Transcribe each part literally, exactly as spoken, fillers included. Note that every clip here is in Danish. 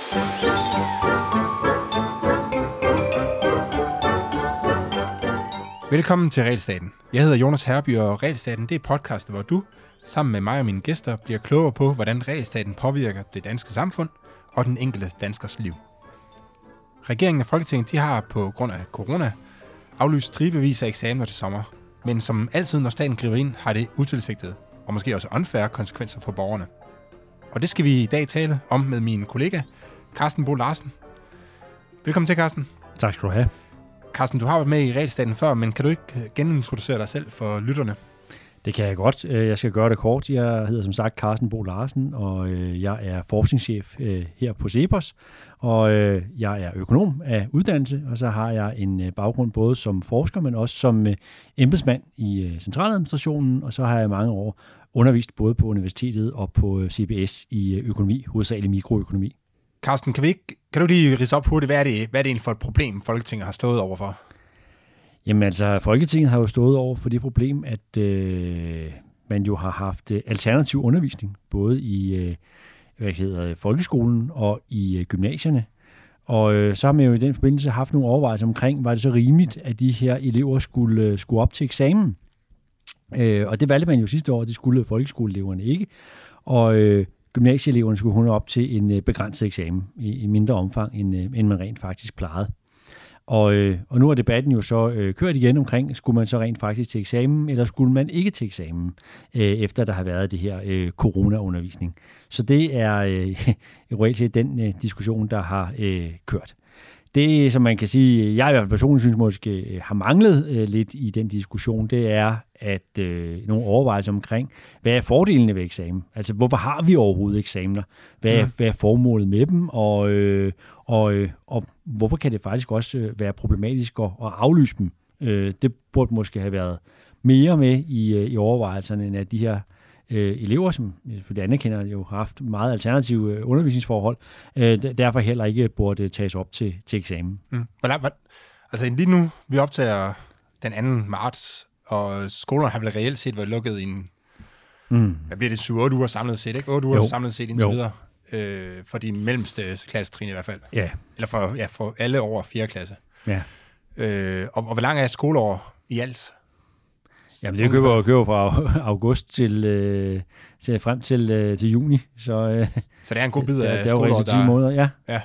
Velkommen til Realstaten. Jeg hedder Jonas Herby, og Realstaten det er podcastet, hvor du, sammen med mig og mine gæster, bliver klogere på, hvordan Realstaten påvirker det danske samfund og den enkelte danskers liv. Regeringen og Folketinget de har på grund af corona aflyst stribevis af eksamener til sommer, men som altid, når staten griber ind, har det utilsigtede og måske også unfair konsekvenser for borgerne. Og det skal vi i dag tale om med min kollega, Carsten Bo Larsen. Velkommen til, Carsten. Tak skal du have. Carsten, du har været med i Realstaten før, men kan du ikke genintroducere dig selv for lytterne? Det kan jeg godt. Jeg skal gøre det kort. Jeg hedder som sagt Carsten Bo Larsen, og jeg er forskningschef her på CEPOS, og jeg er økonom af uddannelse, og så har jeg en baggrund både som forsker, men også som embedsmand i centraladministrationen, og så har jeg mange år undervist både på universitetet og på C B S i økonomi, hovedsageligt mikroøkonomi. Carsten, kan, vi ikke, kan du lige ridse op hurtigt, hvad er det, hvad er det egentlig for et problem, Folketinget har stået overfor? Jamen altså, Folketinget har jo stået over for det problem, at øh, man jo har haft alternativ undervisning, både i øh, hvad hedder, folkeskolen og i øh, gymnasierne. Og øh, så har man jo i den forbindelse haft nogle overvejelser omkring, var det så rimeligt, at de her elever skulle, øh, skulle op til eksamen? Øh, og det valgte man jo sidste år, det skulle folkeskoleeleverne ikke. Og øh, gymnasieeleverne skulle hun op til en begrænset eksamen i, i mindre omfang, end, end man rent faktisk plejede. Og, øh, og nu har debatten jo så øh, kørt igen omkring, skulle man så rent faktisk til eksamen, eller skulle man ikke til eksamen, øh, efter der har været det her øh, corona-undervisning. Så det er øh, reelt set den øh, diskussion, der har øh, kørt. Det, som man kan sige, jeg i hvert fald personligt synes måske har manglet øh, lidt i den diskussion, det er at øh, nogle overvejelser omkring, hvad er fordelene ved eksamen? Altså, hvorfor har vi overhovedet eksamener? Hvad er, ja. hvad er formålet med dem? Og, øh, og, øh, og hvorfor kan det faktisk også øh, være problematisk at, at aflyse dem? Øh, det burde måske have været mere med i, øh, i overvejelserne, end at de her øh, elever, som selvfølgelig anerkender, jo har haft meget alternative øh, undervisningsforhold, øh, derfor heller ikke burde tages op til, til eksamen. Mm. Altså lige nu, vi optager den anden marts, og skolerne har vel reelt set været lukket i en, mm. hvad bliver det, syv otte uger samlet set, ikke? otte uger jo. samlet set indtil videre, øh, for de mellemste klassetrin i hvert fald. Ja. Eller for, ja, for alle over fjerde klasse. Ja. Øh, og, og hvor lang er skoleår i alt? Jamen det køber køber fra august til, øh, til frem til, øh, til juni. Så, øh, så det er en god bid der, af der skoleår, der er jo måneder, ja. ja.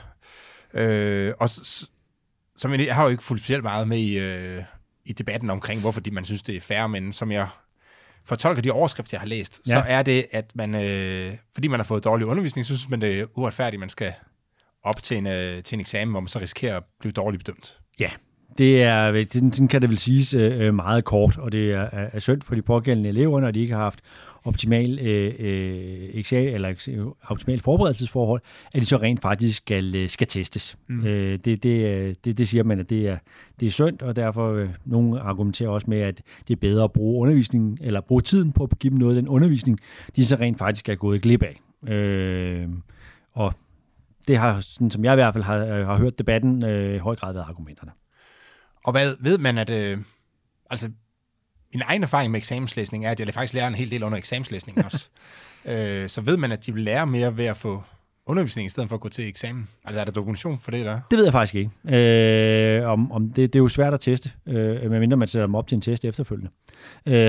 Øh, og så, som jeg, jeg har jo ikke fulgt specielt meget med i... Øh, i debatten omkring, hvorfor de, man synes, det er fair, men som jeg fortolker de overskrifter, jeg har læst, ja. så er det, at man, øh, fordi man har fået dårlig undervisning, så synes man, det er uretfærdigt, man skal op til en, øh, til en eksamen, hvor man så risikerer at blive dårligt bedømt. Ja, det er, sådan kan det vel siges øh, meget kort, og det er, er synd for de pågældende elever, når de ikke har haft optimal, øh, eksamen, eller optimal forberedelsesforhold, at de så rent faktisk skal, skal testes. Mm. Øh, det, det, det, det siger man, at det er, det er synd, og derfor øh, nogen argumenterer også med, at det er bedre at bruge undervisningen, eller bruge tiden på at give dem noget af den undervisning, de så rent faktisk er gået glip af. Øh, og det har, sådan som jeg i hvert fald har, har hørt debatten, øh, i høj grad været argumenterne. Og hvad ved man, at øh, altså min egen erfaring med eksamenslæsning er, at jeg faktisk lærer en hel del under eksamenslæsningen også. øh, så ved man, at de vil lære mere ved at få undervisning, i stedet for at gå til eksamen? Altså er der dokumentation for det der? Det ved jeg faktisk ikke. Øh, om, om det, det er jo svært at teste, øh, medmindre man sætter dem op til en test efterfølgende. Øh,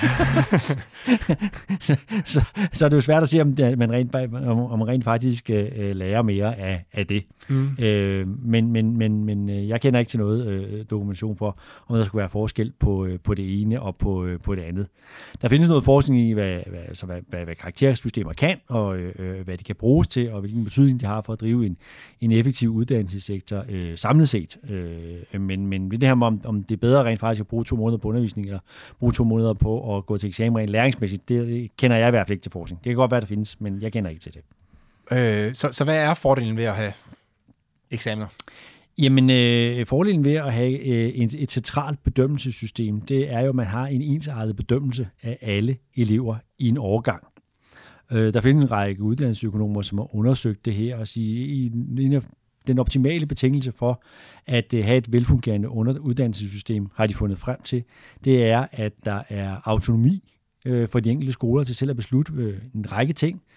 så, så, så er det jo svært at se, om, det, man, rent, om, om man rent faktisk øh, lærer mere af, af det. Mm. Øh, men, men, men, men jeg kender ikke til noget øh, dokumentation for, om der skulle være forskel på, øh, på det ene og på, øh, på det andet. Der findes noget forskning i, hvad, hvad, altså, hvad, hvad, hvad karaktersystemer kan, og øh, hvad de kan bruges til, og hvilken betydning de har for at drive en, en effektiv uddannelsessektor øh, samlet set. Øh, men, men det her med, om, om det er bedre rent faktisk at bruge to måneder på undervisning, eller bruge to måneder på at gå til eksamen rent læringsmæssigt, det, det kender jeg i hvert fald ikke til forskning. Det kan godt være, der findes, men jeg kender ikke til det. Øh, så, så hvad er fordelen ved at have eksamener? Jamen, øh, fordelen ved at have øh, et, et centralt bedømmelsessystem, det er jo, at man har en ensartet bedømmelse af alle elever i en årgang. Øh, der findes en række uddannelsesøkonomer, som har undersøgt det her og sige, at en af den optimale betingelse for at have et velfungerende uddannelsessystem, har de fundet frem til, det er, at der er autonomi øh, for de enkelte skoler til selv at beslutte øh, en række ting.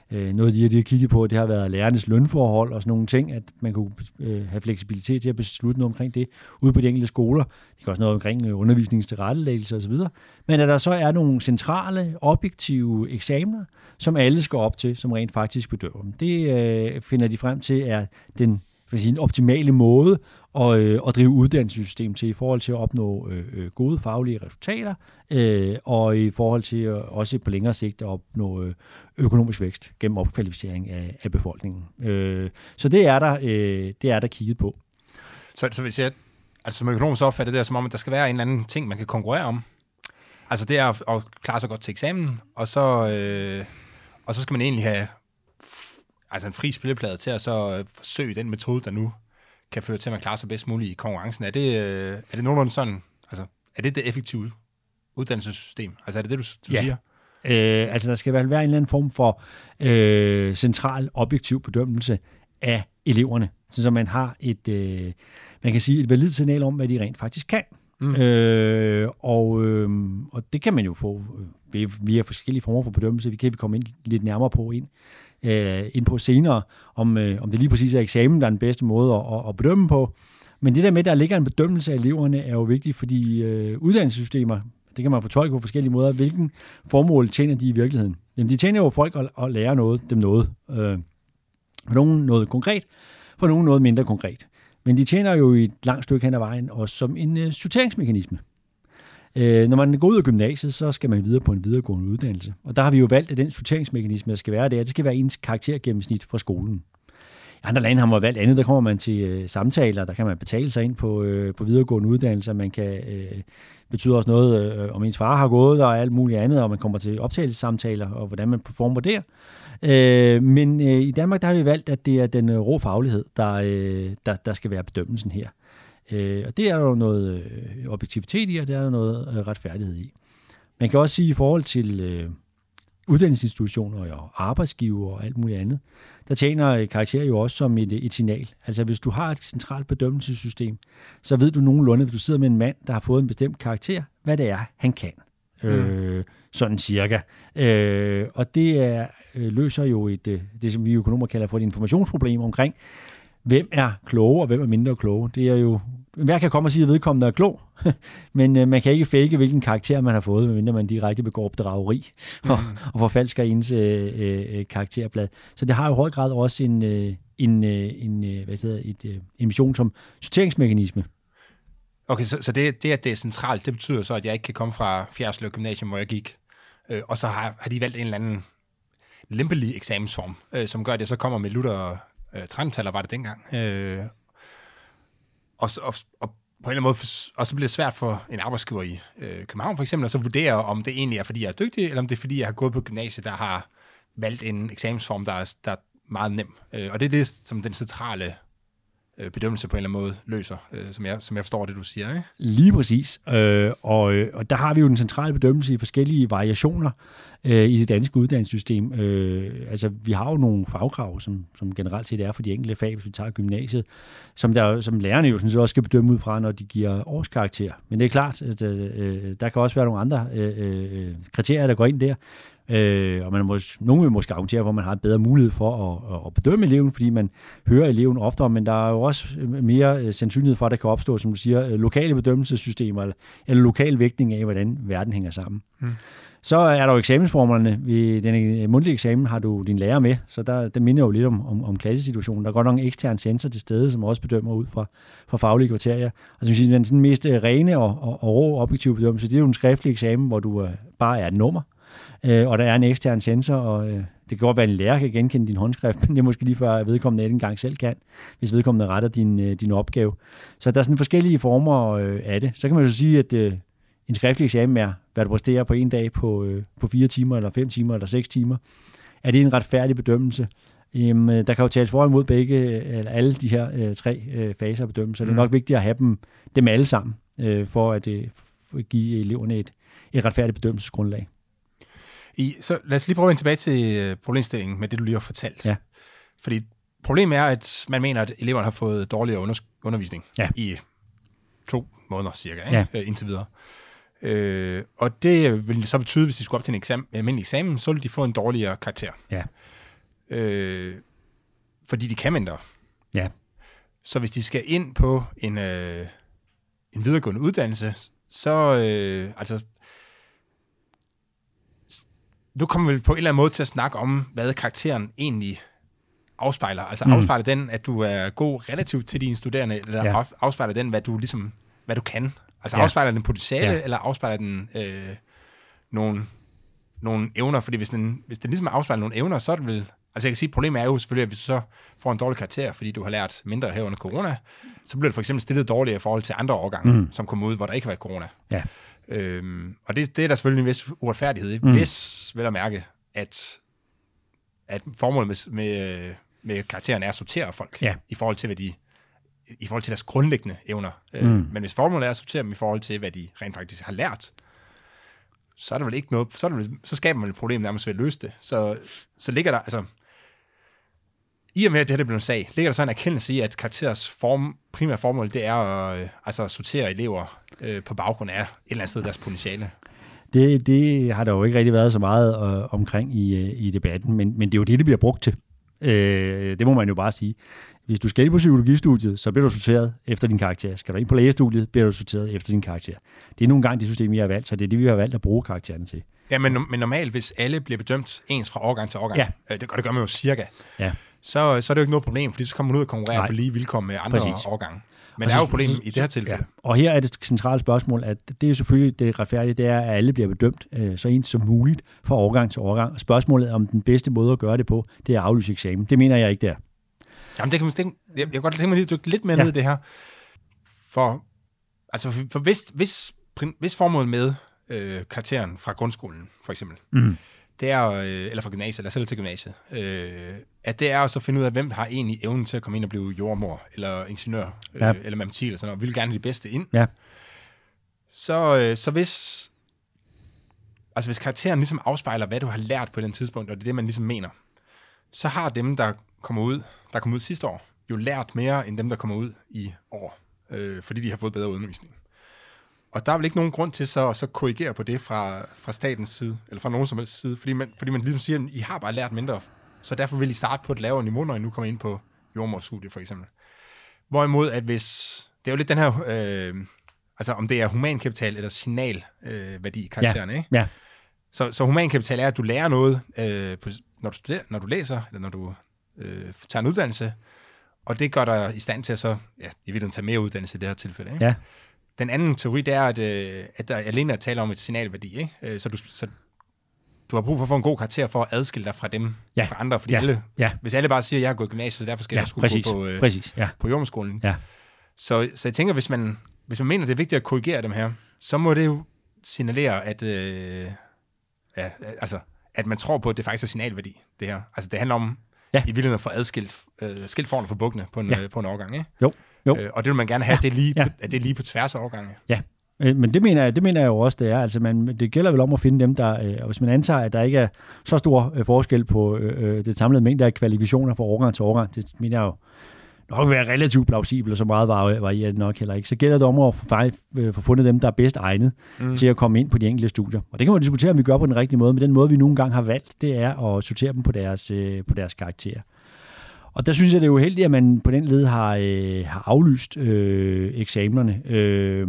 Øh, noget af det, de har kigget på, det har været lærernes lønforhold og sådan nogle ting, at man kunne øh, have fleksibilitet til at beslutte noget omkring det ude på de enkelte skoler. Det kan også noget omkring øh, undervisningens tilrettelæggelse osv. Men at der så er nogle centrale, objektive eksamener, som alle skal op til, som rent faktisk bedøver dem. Det øh, finder de frem til er den sige, en optimale måde at, øh, at drive uddannelsessystem til i forhold til at opnå øh, gode faglige resultater, øh, og i forhold til øh, også på længere sigt at opnå øh, økonomisk vækst gennem opkvalificering af, af befolkningen. Øh, så det er der, øh, det er der kigget på. Så, så hvis jeg, altså som økonom så opfatter det der som om, at der skal være en eller anden ting, man kan konkurrere om. Altså det er at, at klare sig godt til eksamen, og så, øh, og så skal man egentlig have altså en fri spilleplade til at så forsøge den metode, der nu kan føre til, at man klarer sig bedst muligt i konkurrencen. Er det, øh, er det nogenlunde sådan, altså er det det effektive uddannelsessystem? Altså er det det, du, du ja. siger? Øh, altså der skal vel være en eller anden form for øh, central objektiv bedømmelse af eleverne, så man har et, øh, man kan sige et validt signal om, hvad de rent faktisk kan. Mm. Øh, og, øh, og det kan man jo få øh, via forskellige former for bedømmelse. Vi kan vi komme ind, lidt nærmere på ind, øh, ind på senere, om, øh, om det lige præcis er eksamen, der er den bedste måde at, at, at bedømme på. Men det der med, at der ligger en bedømmelse af eleverne, er jo vigtigt, fordi øh, uddannelsessystemer, det kan man fortolke på forskellige måder. Hvilken formål tjener de i virkeligheden? Jamen, de tjener jo folk at, at lære noget, dem noget. Øh, for nogen noget konkret, for nogen noget mindre konkret. Men de tjener jo i et langt stykke hen ad vejen også som en øh, sorteringsmekanisme. Øh, når man går ud af gymnasiet, så skal man videre på en videregående uddannelse. Og der har vi jo valgt, at den sorteringsmekanisme, der skal være der, det skal være ens karaktergennemsnit fra skolen. I andre lande har man valgt andet. Der kommer man til øh, samtaler, der kan man betale sig ind på, øh, på videregående uddannelser. Man kan øh, betyder også noget, øh, om ens far har gået der og alt muligt andet, og man kommer til optagelsessamtaler, og hvordan man performer der. Øh, men øh, i Danmark, der har vi valgt, at det er den øh, rå faglighed, der, øh, der, der skal være bedømmelsen her. Øh, og det er der jo noget øh, objektivitet i, og det er der noget øh, retfærdighed i. Man kan også sige i forhold til øh, uddannelsesinstitutioner og arbejdsgiver og alt muligt andet, der tjener karakterer jo også som et, et signal. Altså hvis du har et centralt bedømmelsessystem, så ved du nogenlunde, hvis du sidder med en mand, der har fået en bestemt karakter, hvad det er, han kan. Mm. Øh, sådan cirka. Øh, og det er, øh, løser jo et, det, som vi økonomer kalder for et informationsproblem omkring, hvem er kloge og hvem er mindre kloge. Det er jo, hver kan komme og sige, at vedkommende er klog, men øh, man kan ikke fake, hvilken karakter man har fået, medmindre man direkte begår bedrageri og, mm. og forfalsker ens øh, øh, karakterblad. Så det har jo i høj grad også en, øh, en, øh, en, øh, hvad hedder, et, øh, en mission som sorteringsmekanisme. Okay, så, så det, det, at det er centralt, det betyder så, at jeg ikke kan komme fra Fjerritslev Gymnasium, hvor jeg gik, øh, og så har, har de valgt en eller anden lempelig eksamensform, øh, som gør, at jeg så kommer med lutter øh, tretten-taller, var det dengang. Øh, og, og, og på en eller anden måde, og så bliver det svært for en arbejdsgiver i øh, København for eksempel, at så vurdere, om det egentlig er, fordi jeg er dygtig, eller om det er, fordi jeg har gået på gymnasiet, der har valgt en eksamensform, der er, der er meget nem. Øh, og det er det, som den centrale bedømmelse på en eller anden måde løser, øh, som, jeg, som jeg forstår det, du siger, ikke? Lige præcis. Øh, og, og der har vi jo den centrale bedømmelse i forskellige variationer øh, i det danske uddannelsessystem. Øh, altså, vi har jo nogle fagkrav, som, som generelt set er for de enkelte fag, hvis vi tager gymnasiet, som, der, som lærerne jo sådan set også skal bedømme ud fra, når de giver årskarakter. Men det er klart, at øh, der kan også være nogle andre øh, kriterier, der går ind der. Øh, og man må, nogen vil måske argumentere, hvor man har en bedre mulighed for at, at bedømme eleven, fordi man hører eleven oftere, men der er jo også mere øh, sandsynlighed for, at der kan opstå, som du siger, øh, lokale bedømmelsessystemer, eller, eller lokal vægtning af, hvordan verden hænger sammen. Hmm. Så er der jo eksamensformerne. Ved den mundtlige eksamen har du din lærer med, så der, der minder jo lidt om, om, om klassesituationen. Der er godt nok en ekstern censor til stede, som også bedømmer ud fra, fra faglige kriterier. Og som siger, den sådan mest rene og, og, og rå objektive bedømmelse, det er jo en skriftlig eksamen, hvor du øh, bare er et nummer. Øh, og der er en ekstern sensor, og øh, det kan godt være, at en lærer kan genkende din håndskrift, men det er måske lige før, at vedkommende ikke engang selv kan, hvis vedkommende retter din, øh, din opgave. Så der er sådan forskellige former øh, af det. Så kan man jo sige, at øh, en skriftlig eksamen er, hvad du præsterer på en dag på, øh, på fire timer, eller fem timer, eller seks timer. Er det en retfærdig bedømmelse? Jamen, der kan jo tales for imod begge, eller alle de her øh, tre øh, faser af bedømmelse. Mm. Det er nok vigtigt at have dem, dem alle sammen, øh, for at øh, give eleverne et, et retfærdigt bedømmelsesgrundlag. I, så lad os lige prøve at tilbage til problemstillingen med det, du lige har fortalt. Ja. Fordi problemet er, at man mener, at eleverne har fået dårligere under, undervisning ja. i to måneder cirka, ikke? Ja. Øh, indtil videre. Øh, og det vil så betyde, hvis de skulle op til en eksamen, almindelig eksamen, så vil de få en dårligere karakter. Ja. øh, fordi de kan mindre. Ja. Så hvis de skal ind på en, øh, en videregående uddannelse, så øh, altså nu kommer vi på en eller anden måde til at snakke om, hvad karakteren egentlig afspejler. Altså mm. afspejler den, at du er god relativt til dine studerende, eller ja. afspejler den, hvad du ligesom, hvad du kan? Altså ja. afspejler den potentiale, ja. eller afspejler den øh, nogle, nogle evner? Fordi hvis den, hvis den ligesom afspejler nogle evner, så er det vel... Altså jeg kan sige, at problemet er jo selvfølgelig, at hvis du så får en dårlig karakter, fordi du har lært mindre her under corona, så bliver du for eksempel stillet dårligere i forhold til andre årgange, mm. som kommer ud, hvor der ikke har været corona. Ja. Øhm, og det, det er der selvfølgelig en vis uretfærdighed i, mm. hvis, vel at mærke, at, at formålet med, med, med karakteren er at sortere folk, ja. i forhold til, hvad de, i forhold til deres grundlæggende evner. Mm. Øhm, men hvis formålet er at sortere dem i forhold til, hvad de rent faktisk har lært, så er der vel ikke noget, så, er der vel, så skaber man et problem nærmest ved at løse det. Så, så ligger der, altså, i og med, at det her bliver en sag, ligger der så en erkendelse i, at karakterers form, primære formål, det er at, altså, at sortere elever øh, på baggrund af et eller andet sted deres potentiale. Det, det har der jo ikke rigtig været så meget øh, omkring i, i debatten, men, men det er jo det, det bliver brugt til. Øh, det må man jo bare sige. Hvis du skal ind på psykologistudiet, så bliver du sorteret efter din karakter. Skal du ind på lægestudiet, bliver du sorteret efter din karakter. Det er nogle gange det system, vi har valgt, så det er det, vi har valgt at bruge karaktererne til. Ja, men, men normalt, hvis alle bliver bedømt ens fra årgang til årgang, ja. øh, det, det gør man jo cirka, ja. så, så er det jo ikke noget problem, fordi så kommer man ud og konkurrere Nej. på lige vilkår med andre Præcis. årgange. Men og det er jo et problem i det her tilfælde. Ja. Og her er det centrale spørgsmål, at det er selvfølgelig det retfærdige, det er, at alle bliver bedømt øh, så ens som muligt fra årgang til årgang. Og spørgsmålet om den bedste måde at gøre det på, det er at aflyse eksamen. Det mener jeg ikke, det er. Jamen, det kan man tænke, jeg, jeg kan godt tænke mig lige at dykke lidt mere ja. ned i det her. For, altså, for, for hvis, hvis, hvis formålet med øh, karakteren fra grundskolen, for eksempel, mm. det er, øh, eller fra gymnasiet, eller selv til gymnasiet, øh, at det er også at finde ud af, hvem der har egentlig evnen til at komme ind og blive jordmor, eller ingeniør, øh, ja. eller matematik, eller sådan noget, og vil gerne de bedste ind. Ja. Så, øh, så hvis, altså hvis karakteren ligesom afspejler, hvad du har lært på den tidspunkt, og det er det, man ligesom mener, så har dem, der kommer ud, der kom ud sidste år, jo lært mere end dem, der kommer ud i år, øh, fordi de har fået bedre undervisning. Og der er vel ikke nogen grund til så at så korrigere på det fra, fra statens side, eller fra nogen som helst side, fordi man, fordi man ligesom siger, at I har bare lært mindre, så derfor vil I starte på et lavere niveau, når I nu kommer ind på jordmorsstudiet for eksempel. Hvorimod, at hvis, det er jo lidt den her, øh, altså om det er humankapital eller signalværdi øh, i karaktererne, ja. ikke? Ja. Så, så humankapital er, at du lærer noget, øh, på, når, du studerer, når du læser, eller når du øh, tager en uddannelse, og det gør dig i stand til at så, ja, i virkeligheden tage mere uddannelse i det her tilfælde, ikke? Ja. Den anden teori, det er, at, at der alene er tale om et signalværdi, ikke? Så du, så du har brug for at få en god karakter for at adskille dig fra dem, ja. fra andre, fordi ja. alle, ja. hvis alle bare siger, at jeg har gået i gymnasiet, så derfor skal ja, jeg skulle præcis. gå på, øh, præcis. Ja. på jordmorsskolen. Ja. Så, så jeg tænker, hvis man, hvis man mener, det er vigtigt at korrigere dem her, så må det jo signalere, at, øh, ja, altså, at man tror på, at det faktisk er signalværdi, det her. Altså det handler om, ja. i virkeligheden at få adskilt øh, skilt foran for bukkene på en, ja. øh, på en årgang, ikke? Jo. Jo. Øh, og det vil man gerne have, ja. det, er lige, ja. at det er lige på tværs af årgange. Ja, øh, men det mener, jeg, det mener jeg jo også, det er. Altså man, det gælder vel om at finde dem, der, øh, hvis man antager, at der ikke er så stor øh, forskel på øh, det samlede mængde af kvalifikationer fra årgang til årgang, det mener jeg jo nok vil være relativt plausibelt, og så meget varierer det nok heller ikke. Så gælder det om at få, øh, få fundet dem, der er bedst egnet mm. til at komme ind på de enkelte studier. Og det kan man diskutere, om vi gør på den rigtige måde, men den måde, vi nogle gange har valgt, det er at sortere dem på deres, øh, på deres karakterer. Og der synes jeg, det er uheldigt, at man på den led har, øh, har aflyst øh, eksamenerne, øh,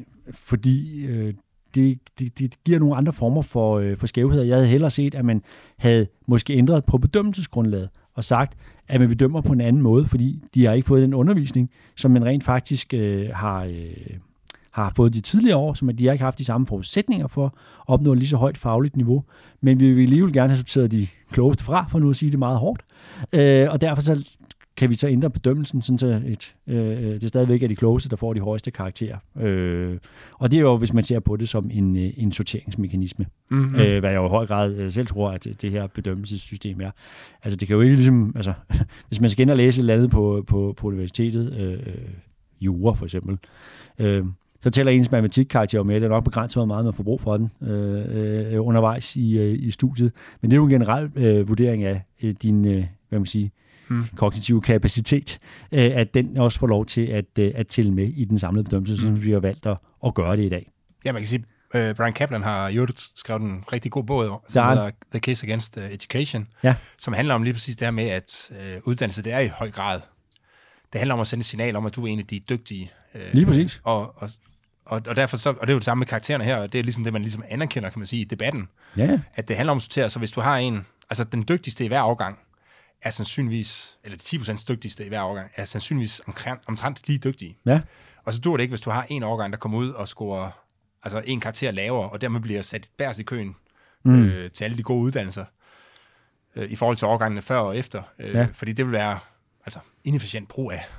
fordi øh, det, det, det giver nogle andre former for, øh, for skævheder. Jeg havde hellere set, at man havde måske ændret på bedømmelsesgrundlaget og sagt, at man bedømmer på en anden måde, fordi de har ikke fået den undervisning, som man rent faktisk øh, har, øh, har fået de tidligere år, som at de har ikke haft de samme forudsætninger for at opnå lige så højt fagligt niveau. Men vi vil alligevel gerne have sorteret de klogeste fra, for nu at sige det meget hårdt. Øh, og derfor så kan vi så ændre bedømmelsen, sådan så et, øh, det er stadigvæk er de klogeste, der får de højeste karakterer. Øh, og det er jo, hvis man ser på det som en, en sorteringsmekanisme, mm-hmm. øh, hvad jeg jo i høj grad selv tror, at det her bedømmelsessystem er. Altså det kan jo ikke ligesom, altså hvis man skal ind og læse et eller andet på, på, på universitetet, øh, jura for eksempel, øh, så tæller ens matematikkarakter med, det er nok begrænset, hvor meget man får brug for den øh, øh, undervejs i, øh, i studiet. Men det er jo en generel øh, vurdering af øh, din, øh, hvad man siger, Hmm. kognitive kapacitet, øh, at den også får lov til at, øh, at tælle med i den samlede bedømmelse, hmm. som vi har valgt at, at gøre det i dag. Ja, man kan sige, Uh, Brian Kaplan har jo skrevet en rigtig god bog, som hedder The Case Against Education, ja. som handler om lige præcis det her med, at uh, uddannelse, det er i høj grad, det handler om at sende et signal om, at du er en af de dygtige. Uh, lige præcis. Og, og, og, og, derfor så, og det er jo det samme med karaktererne her, og det er ligesom det, man ligesom anerkender, kan man sige, i debatten. Ja. At det handler om at sortere, så hvis du har en, altså den dygtigste i hver årgang, er sandsynligvis, eller ti procent dygtigste i hver årgang, er sandsynligvis omkring, omtrent lige dygtige. Ja. Og så dur det ikke, hvis du har en årgang, der kommer ud og scorer altså en karakter lavere, og dermed bliver sat bærst i køen mm. øh, til alle de gode uddannelser, øh, i forhold til årgangene før og efter. Øh, ja. Fordi det vil være altså, inefficient brug af,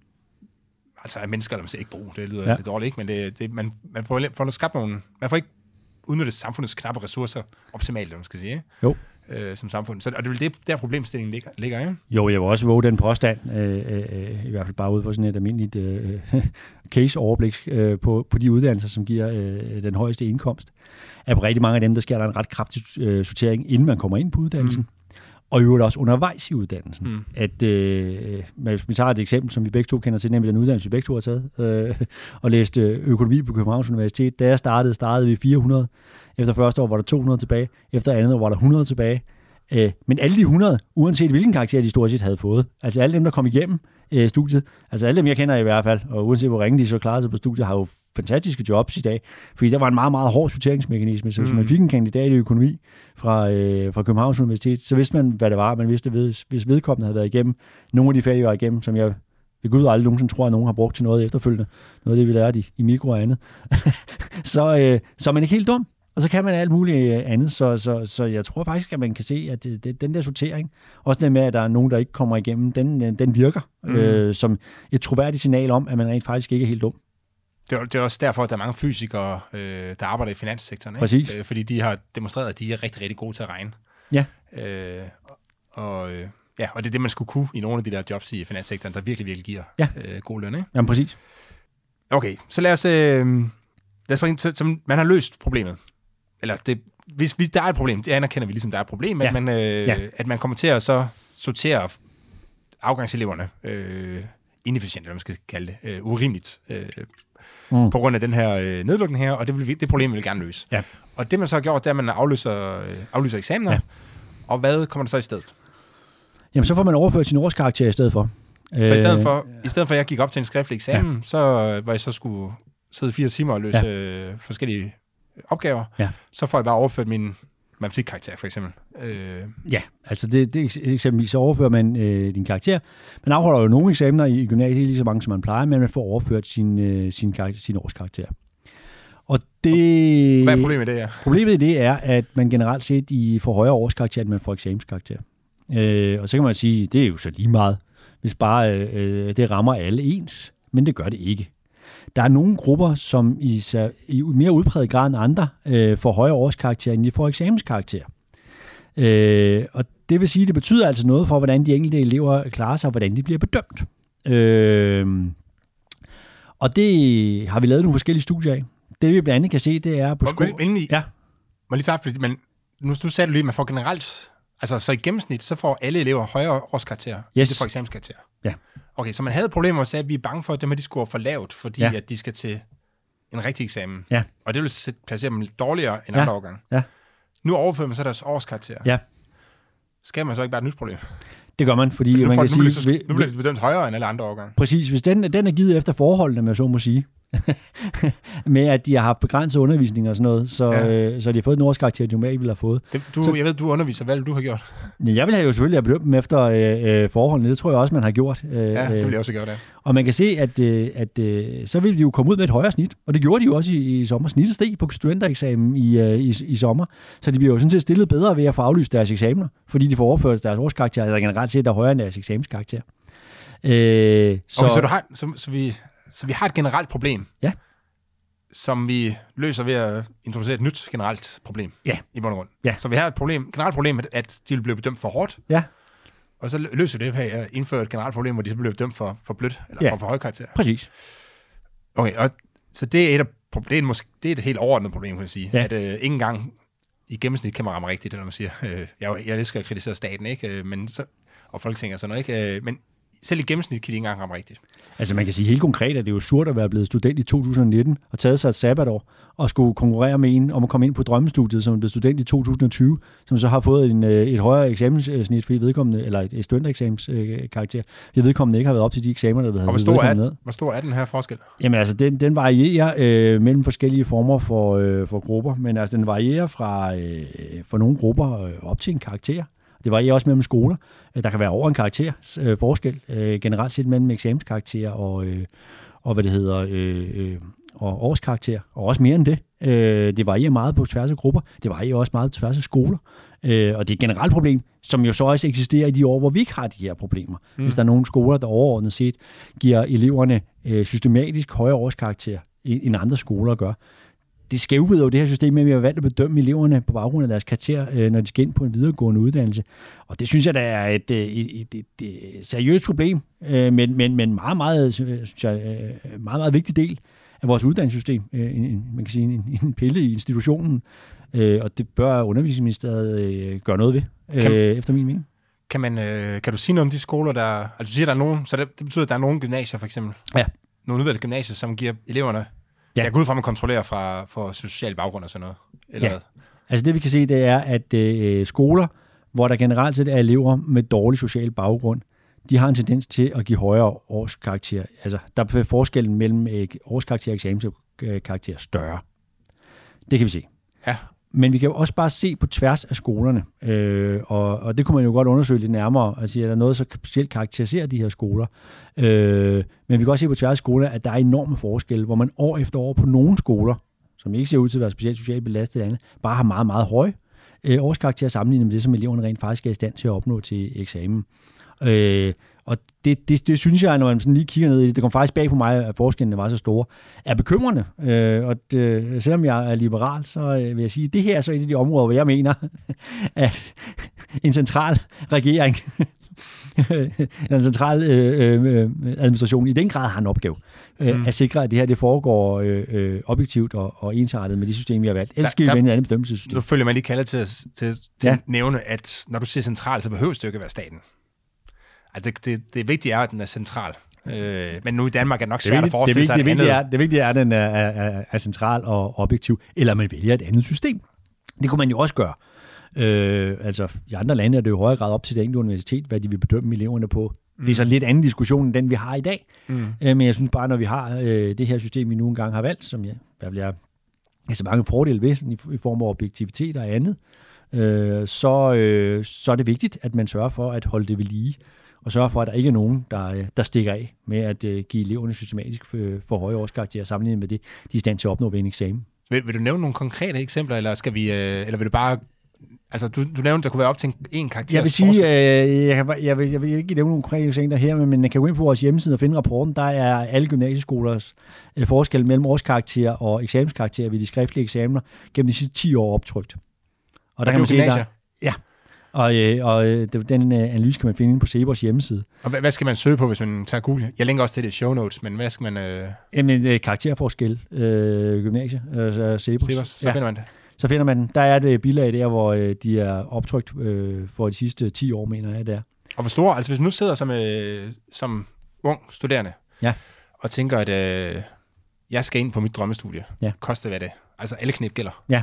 altså af mennesker, eller man siger ikke brug, det lyder ja. lidt dårligt, ikke? Men det, det, man, man får, får skabt nogle, man får ikke udnyttet samfundets knappe ressourcer optimalt, man skal sige, ikke? Jo. Øh, som samfund. Så, og det er det, der problemstillingen ligger, ligger, ikke? Jo, jeg vil også våge den påstand, øh, øh, i hvert fald bare ud fra sådan et almindeligt øh, case-overblik øh, på, på de uddannelser, som giver øh, den højeste indkomst, at på rigtig mange af dem, der sker der en ret kraftig øh, sortering, inden man kommer ind på uddannelsen, mm. og i øvrigt også undervejs i uddannelsen. Mm. At, øh, hvis vi tager et eksempel, som vi begge to kender til, nemlig den uddannelse, vi begge to har taget, øh, og læste økonomi på Københavns Universitet. Da jeg startede, startede vi fire hundrede. Efter første år var der to hundrede tilbage. Efter andet år var der hundrede tilbage. Øh, men alle de hundrede, uanset hvilken karakter de stort set havde fået, altså alle dem, der kom igennem øh, studiet, altså alle dem, jeg kender i hvert fald, og uanset hvor ringe de så klarede sig på studiet, har jo fantastiske jobs i dag, fordi der var en meget, meget hård sorteringsmekanisme, så hvis man fik en kandidat i økonomi fra, øh, fra Københavns Universitet, så vidste man, hvad det var. Man vidste, hvis, hvis vedkommende havde været igennem nogle af de fag, jeg var igennem, som jeg ved Gud aldrig nogensinde tror, at nogen har brugt til noget efterfølgende, noget af det, vi lærte i, i mikro og andet, så, øh, så er man ikke helt dum. Og så kan man alt muligt andet, så, så, så jeg tror faktisk, at man kan se, at det, det, den der sortering, også det med, at der er nogen, der ikke kommer igennem, den, den virker mm. øh, som et troværdigt signal om, at man rent faktisk ikke er helt dum. Det er, det er også derfor, at der er mange fysikere, øh, der arbejder i finanssektoren. Ikke? Præcis. Øh, fordi de har demonstreret, at de er rigtig, rigtig gode til at regne. Ja. Øh, og, øh, ja, og det er det, man skulle kunne i nogle af de der jobs i finanssektoren, der virkelig, virkelig giver ja. øh, god løn. Ikke? Jamen præcis. Okay, så lad os... Øh, lad os så, så man har løst problemet. Eller det, hvis, hvis der er et problem, det anerkender vi ligesom, der er et problem, ja. at, man, øh, ja. at man kommer til at så sortere afgangseleverne øh, inefficient, eller man skal kalde det, øh, urimeligt, øh, mm. på grund af den her øh, nedlukning her, og det, vil, det problem vil vi gerne løse. Ja. Og det man så har gjort, det er, at man aflyser, øh, aflyser eksamener, ja. og hvad kommer der så i stedet? Jamen, så får man overført sin årskarakter i stedet for. Så i stedet for, i stedet for at jeg gik op til en skriftlig eksamen, ja. så var jeg så skulle sidde fire timer og løse ja. øh, forskellige opgaver, ja. så får jeg bare overført min matematikkarakter, for eksempel. Øh. Ja, altså det, det eksempelvis så overfører man øh, din karakter. Man afholder jo nogle eksamener i gymnasiet, lige så mange som man plejer, men man får overført sin, øh, sin, karakter, sin årskarakter. Og det... Hvad er problemet i det, ja? Problemet i det er, at man generelt set i får højere årskarakter, end man får eksamenskarakter. Øh, og så kan man sige, det er jo så lige meget, hvis bare øh, det rammer alle ens, men det gør det ikke. Der er nogle grupper, som i, i mere udpræget grad end andre øh, får højere årskarakter, end de får eksamenskarakter. Øh, og det vil sige, det betyder altså noget for, hvordan de enkelte elever klarer sig, og hvordan de bliver bedømt. Øh, og det har vi lavet nogle forskellige studier af. Det vi blandt andet kan se, det er på skolen. Ja. Må lige tage, fordi man, nu, nu sagde du lige, at man får generelt, altså så i gennemsnit, så får alle elever højere årskarakter, yes. end de får eksamenskarakter. Ja. Okay, så man havde problemer med at sige, at vi er bange for, at dem her, de scorer for lavt, fordi ja. at de skal til en rigtig eksamen. Ja. Og det vil placere dem dårligere end ja. andre årgange. Ja. Nu overfører man så deres årskarakter. Ja. Skal man så ikke bare et nyt problem? Det gør man, fordi For nu man kan nu sige... Bliver så, nu bliver det bedømt højere end alle andre årgange. Præcis, hvis den, den er givet efter forholdene, man så må sige, med at de har haft begrænset undervisning og sådan noget, så, ja. øh, så de har fået en årskarakter, de normalt ville have fået. Det, du, så, jeg ved, du underviser. Hvad du har gjort? Jeg vil have jo selvfølgelig have bedømt dem efter øh, øh, forholdene. Det tror jeg også, man har gjort. Øh, ja, det vil jeg også gøre, det. Og man kan se, at, øh, at øh, så vil de jo komme ud med et højere snit. Og det gjorde de jo også i, i sommer. Snittet steg på studentereksamen i, øh, i, i sommer. Så de bliver jo sådan set stillet bedre ved at få aflyst deres eksamener, fordi de får overført deres årskarakter, der generelt set er højere end deres eksamenskarakter. Øh, så, okay, så, du har, så, så, vi, så vi har et generelt problem. Ja. Som vi løser ved at introducere et nyt generelt problem ja. i bund og grund. Ja. Så vi har et problem, generelt problem, at de vil blive bedømt for hårdt. Ja. Og så løser vi det ved at indføre et generelt problem, hvor de så bliver bedømt for, for blødt, eller ja. for for høj karakter. Præcis. Okay, og så det er et, af, det er et, måske, det er et helt overordnet problem, kan jeg sige. Ja. At øh, ikke engang i gennemsnit kan man ramme rigtigt, eller man siger. Øh, jeg, jeg elsker at kritisere staten, ikke? Men så, og Folketinget og sådan noget, ikke? Men selv i gennemsnit kan de ikke engang ramme rigtigt. Altså man kan sige helt konkret, at det er jo surt at være blevet student i to tusind nitten og taget sig et sabbatår og skulle konkurrere med en om at komme ind på drømmestudiet, som er blevet student i to tusind tyve, som så har fået en, et højere eksamenssnit for vedkommende, eller et studentereksamenskarakter, fordi vedkommende ikke har været op til de eksamener, der havde Og hvor stor, er, hvor stor er den her forskel? Jamen altså, den, den varierer øh, mellem forskellige former for, øh, for grupper, men altså den varierer fra øh, for nogle grupper øh, op til en karakter. Det varierer også mellem skoler. Der kan være over en karakter øh, forskel, øh, generelt set mellem eksamenskarakterer og, øh, og hvad det hedder, øh, øh, og årskarakterer, og også mere end det. Øh, det varierer meget på tværs af grupper. Det varierer også meget på tværs af skoler. Øh, og det er et generelt problem, som jo så også eksisterer i de år, hvor vi ikke har de her problemer. Mm. Hvis der er nogle skoler, der overordnet set giver eleverne øh, systematisk højere årskarakterer, end andre skoler gør. Det skævvider jo det her system med, at vi har valgt at bedømme eleverne på baggrund af deres karakter, når de skal ind på en videregående uddannelse. Og det synes jeg, der er et, et, et, et seriøst problem, men, men, men meget, meget, synes jeg, meget, meget vigtig del af vores uddannelsessystem. En, man kan sige en, en pille i institutionen, og det bør Undervisningsministeriet gøre noget ved, kan, efter min mening. Kan, man, kan du sige noget om de skoler, der... Altså du siger, der er nogen, så det, det betyder, at der er nogle gymnasier, for eksempel. Ja. Nogle udvalgte gymnasier, som giver eleverne... Ja. Jeg går ud fra, at man kontrollerer fra, for social baggrund og sådan noget. Eller ja. Hvad? Altså det vi kan se, det er, at øh, skoler, hvor der generelt set er elever med dårlig social baggrund, de har en tendens til at give højere årskarakter. Altså der er forskellen mellem øh, årskarakter og eksamenskarakter større. Det kan vi se. Ja. Men vi kan jo også bare se på tværs af skolerne, øh, og, og det kunne man jo godt undersøge lidt nærmere, altså er der noget, så specielt karakteriserer de her skoler. Øh, men vi kan også se på tværs af skolerne, at der er enorme forskelle, hvor man år efter år på nogle skoler, som ikke ser ud til at være specielt socialt belastet andet, bare har meget, meget høje øh, årskarakterer sammenlignet med det, som eleverne rent faktisk er i stand til at opnå til eksamen. Øh, og det, det, det synes jeg, når man sådan lige kigger ned i det, det kom faktisk bag på mig, at forskellene var så store, er bekymrende. Øh, og det, selvom jeg er liberal, så øh, vil jeg sige, at det her er så et af de områder, hvor jeg mener, at en central regering, en central øh, øh, administration i den grad har en opgave øh, mm. at sikre, at det her det foregår øh, øh, objektivt og, og ensartet med det system, vi har valgt. Ellers skal vi vende et andet bedømmelsessystem. Nu følger man lige kaldet til, til, til ja. at nævne, at når du siger central, så behøver det ikke at være staten. Altså det, det, det vigtige er, at den er central. Øh, men nu i Danmark er det nok svært det vigtigt, at forestille sig det vigtige, det andet. Er, det vigtige er, at den er, er, er central og objektiv, eller man vælger et andet system. Det kunne man jo også gøre. Øh, altså i andre lande er det jo i højere grad op til det enkelte universitet, hvad de vil bedømme eleverne på. Mm. Det er så lidt anden diskussion, end den vi har i dag. Mm. Øh, men jeg synes bare, når vi har øh, det her system, vi nu engang har valgt, som jeg, jeg vil have så mange fordele ved, i, i form af objektivitet og andet, øh, så, øh, så er det vigtigt, at man sørger for at holde det ved lige, og sørge for, at der ikke er nogen, der, der stikker af med at uh, give eleverne systematisk for, for høje årskarakterer sammenlignet med det, de er i stand til at opnå ved en eksamen. Vil, vil du nævne nogle konkrete eksempler, eller skal vi, øh, eller vil du bare... Altså, du, du nævnte, der kunne være op til en, en karakter. Jeg vil sige, øh, jeg, kan, jeg, vil, jeg vil ikke nævne nogle konkrete eksempler her, men man kan gå ind på vores hjemmeside og finde rapporten. Der er alle gymnasieskolers øh, forskel mellem årskarakterer og eksamenskarakterer ved de skriftlige eksamener gennem de sidste ti år optrykt. Og der kan man se, der, ja. Og, øh, og øh, den øh, analyse kan man finde inde på CEBOS hjemmeside. Og hvad, hvad skal man søge på, hvis man tager Google? Jeg linker også til det i show notes, men hvad skal man... Øh... Jamen, øh, karakterforskel, øh, gymnasie, øh, CEBOS. CEBOS, så ja. finder man det. Så finder man, der er et bilag der, hvor øh, de er optrykt øh, for de sidste ti år, mener jeg, der. Og hvor store, altså hvis man nu sidder som, øh, som ung studerende, ja. og tænker, at øh, jeg skal ind på mit drømmestudie, ja. koste hvad det, altså alle knep gælder. Ja.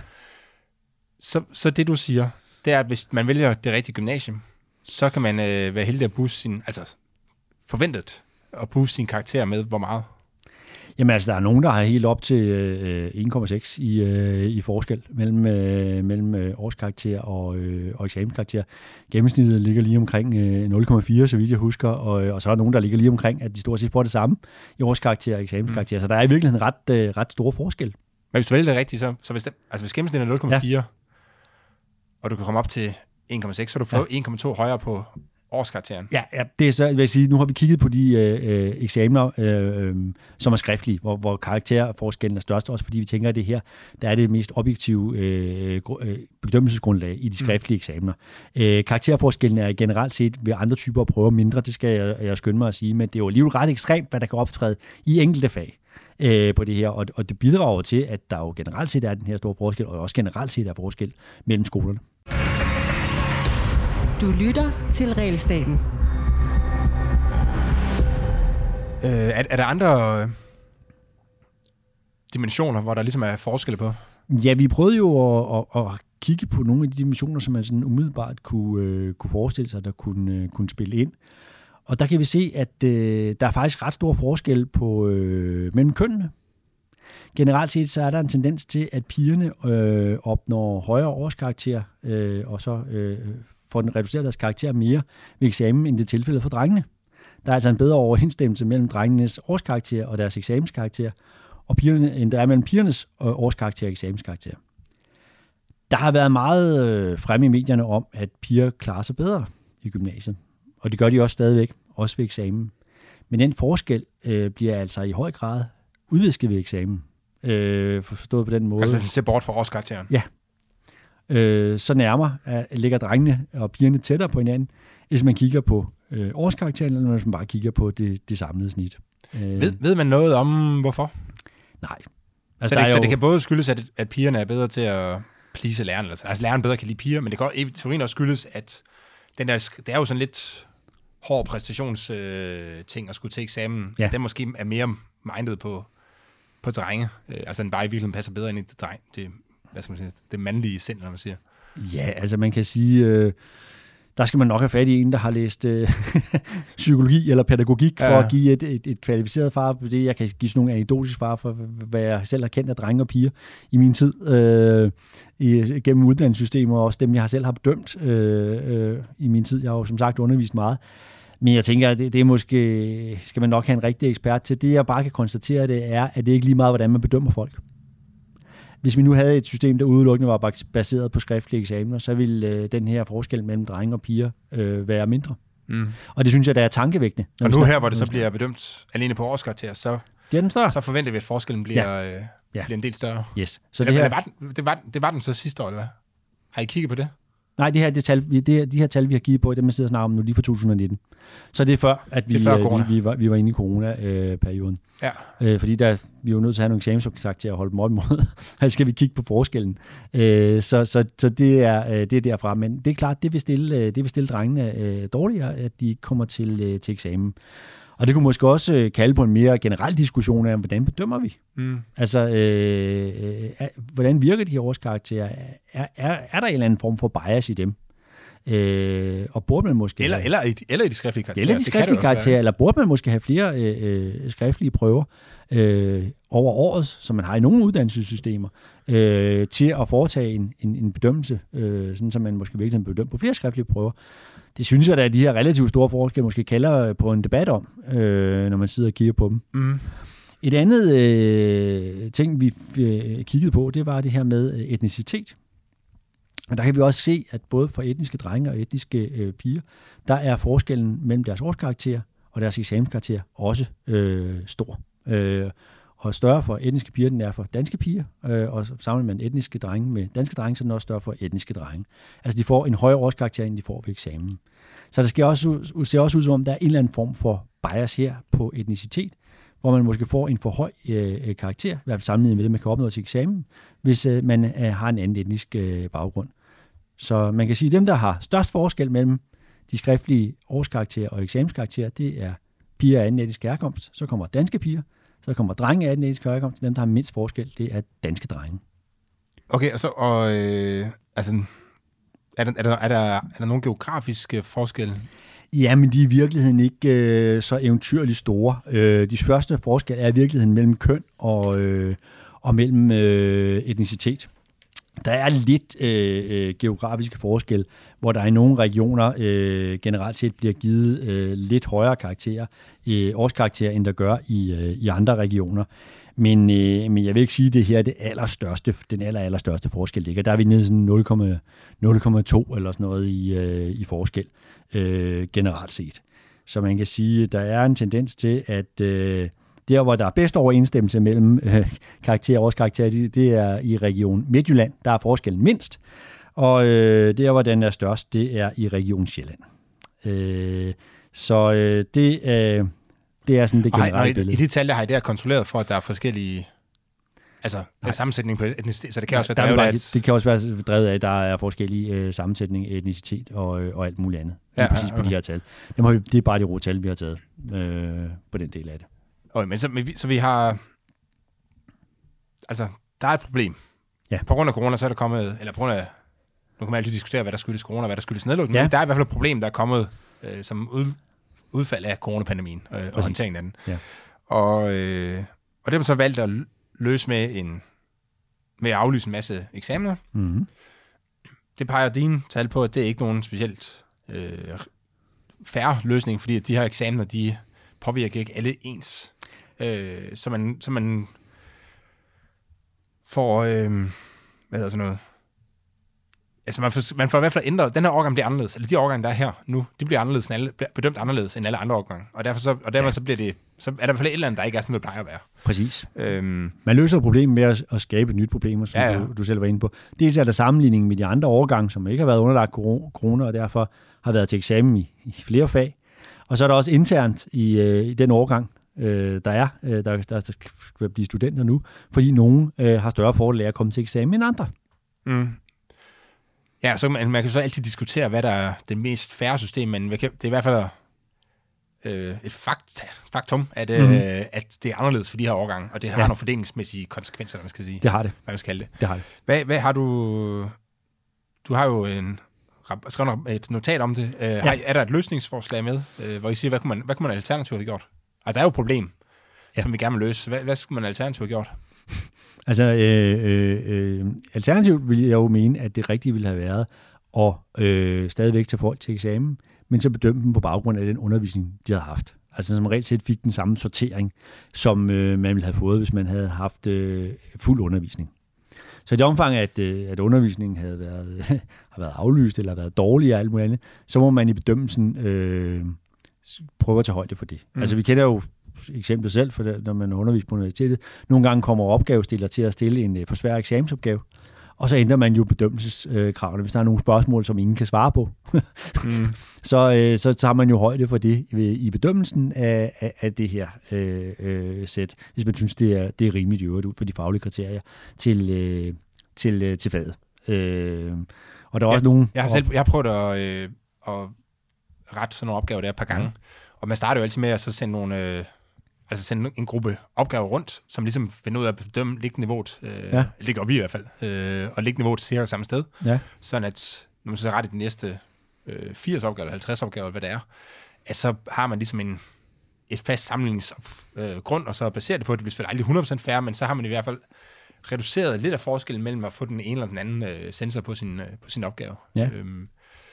Så, så det du siger, det er, at hvis man vælger det rigtige gymnasium, så kan man øh, være heldig at booste sin, altså forventet at booste sin karakter med, hvor meget? Jamen altså, der er nogen, der har helt op til øh, en komma seks i, øh, i forskel mellem, øh, mellem øh, årskarakter og, øh, og eksamenskarakter. Gennemsnittet ligger lige omkring øh, nul komma fire, så vidt jeg husker, og, og så er der nogen, der ligger lige omkring, at de stort set får det samme i årskarakter og eksamenskarakter. Mm. Så der er i virkeligheden ret, øh, ret store forskel. Men hvis du vælger det rigtigt, så, så hvis, det, altså hvis gennemsnittet er nul komma fire, ja. og du kan komme op til en komma seks, så du får ja. en komma to højere på årskarakteren. Ja, ja, det er så, vil jeg sige, nu har vi kigget på de øh, eksamener, øh, som er skriftlige, hvor, hvor karakterforskellen er størst, også fordi vi tænker, at det her, der er det mest objektive øh, bedømmelsesgrundlag i de skriftlige mm. eksamener. Øh, karakterforskellen er generelt set ved andre typer af prøver mindre, det skal jeg, jeg skynde mig at sige, men det er jo alligevel ret ekstremt, hvad der kan optræde i enkelte fag øh, på det her, og, og det bidrager til, at der jo generelt set er den her store forskel, og også generelt set er forskel mellem skolerne. Du lytter til Realstaten. er, er der andre øh, dimensioner, hvor der ligesom er forskelle på? Ja, vi prøvede jo at, at, at kigge på nogle af de dimensioner, som man sådan umiddelbart kunne, øh, kunne forestille sig, der kunne, øh, kunne spille ind. Og der kan vi se, at øh, der er faktisk ret stor forskel på øh, mellem kønnene. Generelt set så er der en tendens til, at pigerne øh, opnår højere årskarakter, øh, og så øh, får den reduceret deres karakter mere ved eksamen, end det er tilfældet for drengene. Der er altså en bedre overensstemmelse mellem drengenes årskarakter og deres eksamenskarakter, og pigerne, end der er mellem pigernes årskarakter og eksamenskarakter. Der har været meget øh, fremme i medierne om, at piger klarer sig bedre i gymnasiet, og det gør de også stadigvæk, også ved eksamen. Men den forskel øh, bliver altså i høj grad udvisket ved eksamen. Øh, forstået på den måde. Altså, den ser bort fra årskarakteren? Ja. Øh, så nærmere uh, ligger drengene og pigerne tættere på hinanden, hvis man kigger på øh, årskarakteren, eller hvis man bare kigger på det, det samlede snit. Øh. Ved, ved man noget om, hvorfor? Nej. Altså, så, det, jo... så det kan både skyldes, at, at pigerne er bedre til at please læreren, altså, altså læreren bedre kan lide piger, men det kan i teorien også skyldes, at den der, det er jo sådan lidt hård præstationsting øh, at skulle til eksamen. Ja. Den måske er mere mindet på på drenge. Øh, altså den bare i virkeligheden passer bedre ind i det dreng. Det, hvad skal man sige, det mandlige sind, når man siger. Ja, altså man kan sige, øh, der skal man nok have fat i en, der har læst øh, psykologi eller pædagogik, ja. For at give et, et, et kvalificeret far på det. Jeg kan give sådan nogle anekdotiske far for, hvad jeg selv har kendt af drenge og piger i min tid øh, i, gennem uddannelsessystemer, og også dem, jeg har selv har bedømt øh, øh, i min tid. Jeg har jo som sagt undervist meget. Men jeg tænker, at det, det er måske, skal man nok have en rigtig ekspert til. Det, jeg bare kan konstatere, det er, at det ikke lige meget, hvordan man bedømmer folk. Hvis vi nu havde et system, der udelukkende var baseret på skriftlige eksamener, så ville øh, den her forskel mellem drenge og piger øh, være mindre. Mm. Og det synes jeg, der er tankevækkende. Og nu her, hvor det så bliver bedømt alene på årskarakter, så, den så forventer vi, at forskellen bliver, ja. Øh, ja. bliver en del større. Yes. Så det, det, her... var den, det, var, det var den så sidste år, eller hvad? Har I kigget på det? Nej, det her, det tal, det, de her tal, vi har kigget på, dem, man sidder og snakker om nu, lige fra to tusind nitten. Så det er før, at vi, det er før vi, vi, var, vi var inde i corona-perioden. Ja. Øh, fordi der, vi var nødt til at have nogle eksamensopsagt til at holde dem op imod. Her skal vi kigge på forskellen. Øh, så så, så det, er, det er derfra. Men det er klart, det vil stille, det vil stille drengene øh, dårligere, at de kommer til, øh, til eksamen. Og det kunne måske også kalde på en mere generel diskussion af, hvordan bedømmer vi? Mm. Altså, øh, øh, hvordan virker de her årskarakterer? Er, er, er der en eller anden form for bias i dem? Øh, og burde man måske... Eller, have, eller, i, eller i de skriftlige karakterer. Eller i de skriftlige karakterer, eller burde man måske have flere øh, skriftlige prøver øh, over året, som man har i nogle uddannelsessystemer, øh, til at foretage en, en, en bedømmelse, øh, sådan så man måske virkelig har bedømt på flere skriftlige prøver. Det synes jeg da, at de her relativt store forskelle måske kalder på en debat om, øh, når man sidder og kigger på dem. Mm. Et andet øh, ting, vi øh, kiggede på, det var det her med etnicitet. Og der kan vi også se, at både for etniske drenge og etniske øh, piger, der er forskellen mellem deres årskarakter og deres eksamenskarakter også øh, stor. Øh, og større for etniske piger, den er for danske piger, øh, og sammenligner man etniske drenge med danske drenge, så er den også større for etniske drenge. Altså de får en højere årskarakter, end de får ved eksamen. Så det skal også, ser også ud som om, der er en eller anden form for bias her på etnicitet, hvor man måske får en for høj øh, karakter, i hvert fald sammenlignet med det, man kan opnå til eksamen, hvis øh, man øh, har en anden etnisk øh, baggrund. Så man kan sige, at dem, der har størst forskel mellem de skriftlige årskarakterer og eksamenskarakterer, det er piger af anden etnisk herkomst, så kommer danske piger, så kommer drenge af anden etnisk herkomst, dem, der har mindst forskel, det er danske drenge. Okay, og så, og, øh, altså, er der, er, der, er, der, er der nogle geografiske forskelle? Ja, men de er i virkeligheden ikke øh, så eventyrligt store. Øh, de første forskelle er i virkeligheden mellem køn og, øh, og mellem øh, etnicitet. Der er lidt øh, geografiske forskel, hvor der i nogle regioner øh, generelt set bliver givet øh, lidt højere karakterer, øh, årskarakterer, end der gør i, øh, i andre regioner. Men, øh, men jeg vil ikke sige, at det her er det allerstørste, den aller, allerstørste forskel ligger. Der er vi nede i sådan nul komma to eller sådan noget i, øh, i forskel øh, generelt set. Så man kan sige, at der er en tendens til, at øh, der, hvor der er bedst overensstemmelse mellem øh, karakterer og årskarakterer, det, det er i Region Midtjylland. Der er forskellen mindst. Og øh, der, hvor den er størst, det er i Region Sjælland. Øh, så øh, det, øh, det er sådan det generelle billede. I de tal, der har I der kontrolleret for, at der er forskellige Altså Nej. sammensætning på etnicitet, så det kan ja, også være drevet af... Et... Det kan også være drevet af, at der er forskellige øh, sammensætning, etnicitet og, og alt muligt andet. Lige ja, præcis ja, okay. på de her tal. Det, må, det er bare de rå tal, vi har taget øh, på den del af det. Okay, men så, men vi, så vi har... Altså, der er et problem. Ja. På grund af corona, så er der kommet... Eller på grund af... Nu kan man altid diskutere, hvad der skyldes corona, og hvad der skyldes nedlukning. Ja. Men der er i hvert fald et problem, der er kommet øh, som ud, udfald af coronapandemien øh, og håndteringen af den. Ja. Og, øh, og det har man så valgt at løse med, en, med at aflyse en masse eksamener. Mm-hmm. Det peger dine tal på, at det er ikke nogen specielt øh, fair løsning, fordi de her eksamener, de påvirker ikke alle ens. Øh, så, man, så man får... Øh, hvad hedder sådan noget... Altså man får, man får i hvert fald ændret, den her årgang bliver anderledes, eller de årgange, der er her nu, de bliver anderledes, end alle, bedømt anderledes end alle andre årgange. Og derfor, så, og derfor ja. så bliver det, så er der i hvert fald et eller andet, der ikke er sådan, det plejer at være. Præcis. Øhm. Man løser problemet med at, at skabe et nyt problem, som ja, ja. Du, du selv var inde på. Dels er der sammenligning med de andre årgange, som ikke har været underlagt corona, og derfor har været til eksamen i, i flere fag. Og så er der også internt i, øh, i den årgang, øh, der er, øh, der, der, der skal blive studenter nu, fordi nogen øh, har større fordel af at komme til eksamen end andre. Mm. Ja, så man, man kan så altid diskutere, hvad der er det mest færre system, men det er i hvert fald øh, et fakt, faktum, at, mm-hmm. øh, at det er anderledes for de her årgange, og det har ja. nogle fordelingsmæssige konsekvenser, man skal sige. Det har det. Hvad man skal kalde det. Det har det. Hvad, hvad har du... Du har jo en, skrevet et notat om det. Øh, ja. har, er der et løsningsforslag med, øh, hvor I siger, hvad kunne man, hvad kunne man alternativt have gjort? Altså, der er jo et problem, ja. som vi gerne vil løse. Hvad, hvad skulle man alternativt have gjort? Altså, øh, øh, øh, alternativt ville jeg jo mene, at det rigtige ville have været at øh, stadigvæk tage folk til eksamen, men så bedømme dem på baggrund af den undervisning, de havde haft. Altså, som reelt set fik den samme sortering, som øh, man ville have fået, hvis man havde haft øh, fuld undervisning. Så i det omfang, at, øh, at undervisningen havde været, har været aflyst eller været dårlig og alt muligt andet, så må man i bedømmelsen øh, prøve at tage højde for det. Mm. Altså, vi kender jo eksemplet selv, for det, når man underviser på universitetet. Nogle gange kommer opgavestiller til at stille en for svær eksamensopgave, og så ændrer man jo bedømmelseskravene, hvis der er nogle spørgsmål, som ingen kan svare på. mm. så, øh, så tager man jo højde for det i bedømmelsen af, af, af det her øh, øh, sæt, hvis man synes, det er, det er rimeligt i øvrigt ud for de faglige kriterier til, øh, til, øh, til faget. Øh, og der er ja, også nogle... Jeg har, selv, jeg har prøvet at, øh, at rette sådan nogle opgaver der et par gange, ja. Og man starter jo altid med at så sende nogle... Øh, Altså sende en gruppe opgaver rundt, som ligesom finder ud af at bedømme ligge-niveauet, øh, ja. ligger op i, i hvert fald, øh, og ligge-niveauet cirka samme sted. Ja. Sådan at, når man så ret i de næste øh, firs opgaver, eller halvtreds opgaver, hvad det er, at så har man ligesom en, et fast sammenligningsgrund, øh, og så baserer det på, at det bliver selvfølgelig aldrig hundrede procent færre, men så har man i hvert fald reduceret lidt af forskellen mellem at få den ene eller den anden øh, sensor på sin, øh, på sin opgave. Ja. Øhm,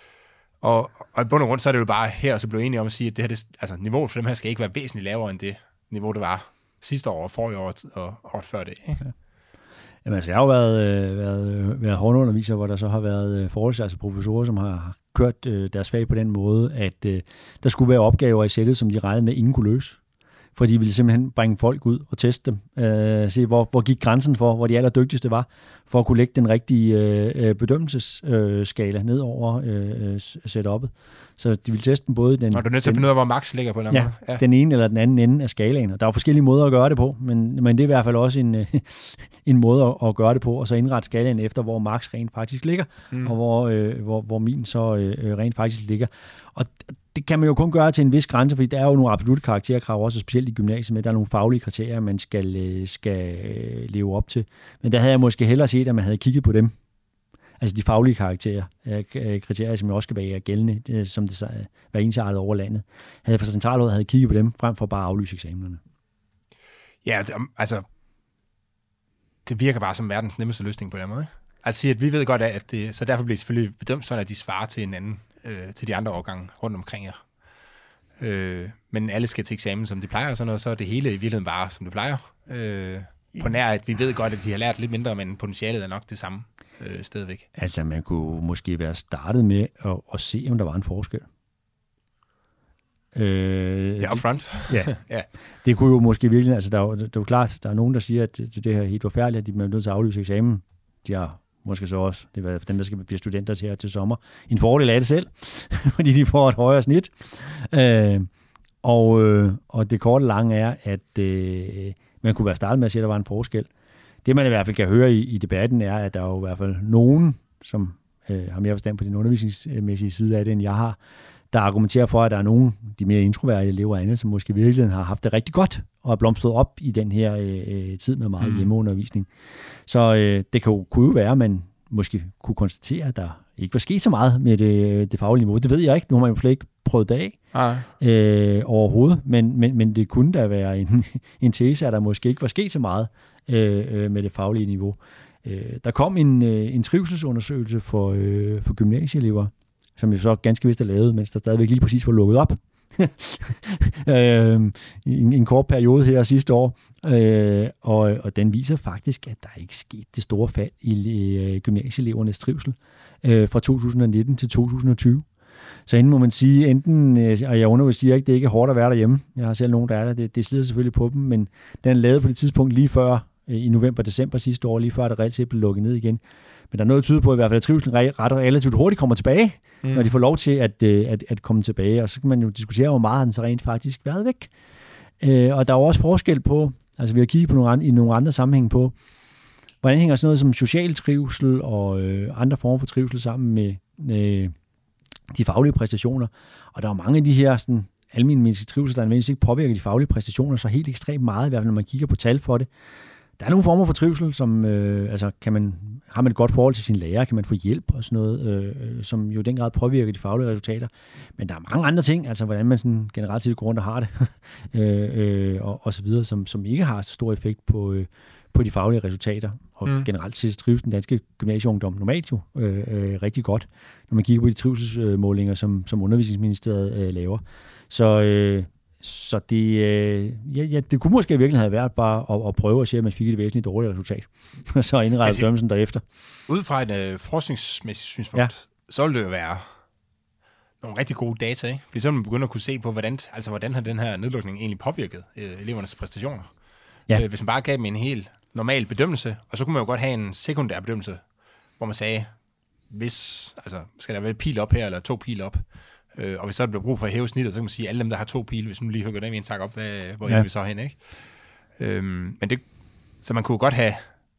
og, og i bund og grund, så er det jo bare her, så blev enige om at sige, at det her, det, altså, niveauet for dem her skal ikke være væsentligt lavere end det niveau, det var sidste år, og forrige år og året før det. Ikke? Ja. Jamen altså, jeg har jo været, øh, været, været håndunderviser, hvor der så har været øh, forholds, altså professorer, som har kørt øh, deres fag på den måde, at øh, der skulle være opgaver i sættet, som de regnede med, ingen kunne løse. For de ville simpelthen bringe folk ud og teste dem, øh, se hvor, hvor gik grænsen for, hvor de allerdygtigste var, for at kunne lægge den rigtige øh, bedømmelsesskala øh, ned over øh, setup'et. Så de ville teste dem både den... Og du er nødt til at finde ud af, hvor max ligger på den ja, måde. Ja, den ene eller den anden ende af skalaen. Og der er jo forskellige måder at gøre det på, men, men det er i hvert fald også en, øh, en måde at, at gøre det på, og så indrette skalaen efter, hvor max rent faktisk ligger, mm. og hvor, øh, hvor, hvor min så øh, rent faktisk ligger. Og det kan man jo kun gøre til en vis grænse, fordi der er jo nogle absolutte karakterkrav, også specielt i gymnasiet, men der er nogle faglige kriterier, man skal, skal leve op til. Men der havde jeg måske hellere set, at man havde kigget på dem. Altså de faglige karakterer, kriterier, som jo også skal være gældende, som det var ensartet over landet. Havde for centralrådet havde kigget på dem, frem for bare at aflyse eksamenerne. Ja, det, altså, det virker bare som verdens nemmeste løsning på den måde. Altså sige, at vi ved godt, at det, så derfor bliver det selvfølgelig bedømt sådan, at de svarer til en anden, øh, til de andre årgange rundt omkring jer. Øh, men alle skal til eksamen, som de plejer, og sådan noget, så er det hele i virkeligheden bare, som det plejer. Øh, på nær, at vi ved godt, at de har lært lidt mindre, men potentialet er nok det samme øh, stadigvæk. Altså, man kunne måske være startet med at, at se, om der var en forskel. Øh, ja, upfront. Ja, ja. Det kunne jo måske virkelig, altså der er jo, det er jo klart, der er nogen, der siger, at det, det her er helt forfærdeligt, at de er nødt til at aflyse eksamen. De har måske så også, det er dem, der skal blive studenter til her til sommer, en fordel af det selv, fordi de får et højere snit. Øh, og, øh, og det korte lange er, at øh, man kunne være startet med at se, at der var en forskel. det man i hvert fald kan høre i, i debatten, er, at der er jo i hvert fald nogen, som øh, har mere forstand på den undervisningsmæssige side af det, end jeg har, der argumenterer for, at der er nogen, de mere introverte elever og andet, som måske virkelig har haft det rigtig godt, og er blomstret op i den her øh, tid med meget mm. hjemmeundervisning. Så øh, det kan jo, kunne jo være, at man måske kunne konstatere, at der ikke var sket så meget med det, det faglige niveau. Det ved jeg ikke. Nu har man jo slet ikke prøvet det af øh, overhovedet, men, men, men det kunne da være en, en tese, at der måske ikke var sket så meget øh, med det faglige niveau. Øh, der kom en, en trivselsundersøgelse for, øh, for gymnasieelever, som jo så ganske vist er lavet, mens der stadigvæk lige præcis var lukket op. øh, en, en kort periode her sidste år, øh, og, og den viser faktisk, at der ikke er sket det store fald i øh, gymnasieelevernes trivsel øh, fra to tusind nitten til to tusind tyve. Så enten må man sige, enten, øh, og jeg undervis siger ikke, at det ikke er hårdt at være derhjemme. Jeg har selv nogen, der er der. Det, det slider selvfølgelig på dem, men den er lavet på det tidspunkt lige før, øh, i november-december sidste år, lige før det reelt set blev lukket ned igen. Men der er noget at tyde på, at i hvert fald at trivselen ret relativt hurtigt kommer tilbage, mm. når de får lov til at, at, at komme tilbage. Og så kan man jo diskutere, hvor meget han så rent faktisk været væk. Øh, og der er jo også forskel på, altså vi har kigget på nogle andre, i nogle andre sammenhænge på, hvordan hænger sådan noget som social trivsel og øh, andre former for trivsel sammen med, med de faglige præstationer. Og der er mange af de her sådan, almenmenneskelige trivsel, der nødvendigvis ikke påvirker de faglige præstationer så helt ekstremt meget, i hvert fald når man kigger på tal for det. Der er nogle former for trivsel, som øh, altså kan man, har man et godt forhold til sin lærer, kan man få hjælp og sådan noget, øh, som jo i den grad påvirker de faglige resultater. Men der er mange andre ting, altså hvordan man sådan generelt set går rundt og har det, øh, øh, og, og så videre, som, som ikke har så stor effekt på, øh, på de faglige resultater. Og mm. generelt set trives den danske gymnasieungdom normalt jo øh, øh, rigtig godt, når man kigger på de trivselsmålinger, som, som Undervisningsministeriet øh, laver. Så... Øh, Så det, øh, ja, ja, det kunne måske virkelig have været bare at, at prøve at se, at man fik et væsentligt dårligt resultat. Og så indrette altså, dømmelsen derefter. Ud fra et øh, forskningsmæssigt synspunkt, ja. så vil det jo være nogle rigtig gode data, ikke? Fordi så vil man begynde at kunne se på, hvordan, altså, hvordan har den her nedlukning egentlig påvirket øh, elevernes præstationer. Ja. Øh, hvis man bare gav dem en helt normal bedømmelse, og så kunne man jo godt have en sekundær bedømmelse, hvor man sagde, hvis, altså, skal der være pil op her, eller to pil op, Øh, og hvis så er der brug for at hæve snittet, så kan man sige, at alle dem, der har to pile, hvis man lige hugger dem i en tak op, hvad, hvor ja. er vi så hen, ikke? Øhm, men det, så man kunne godt have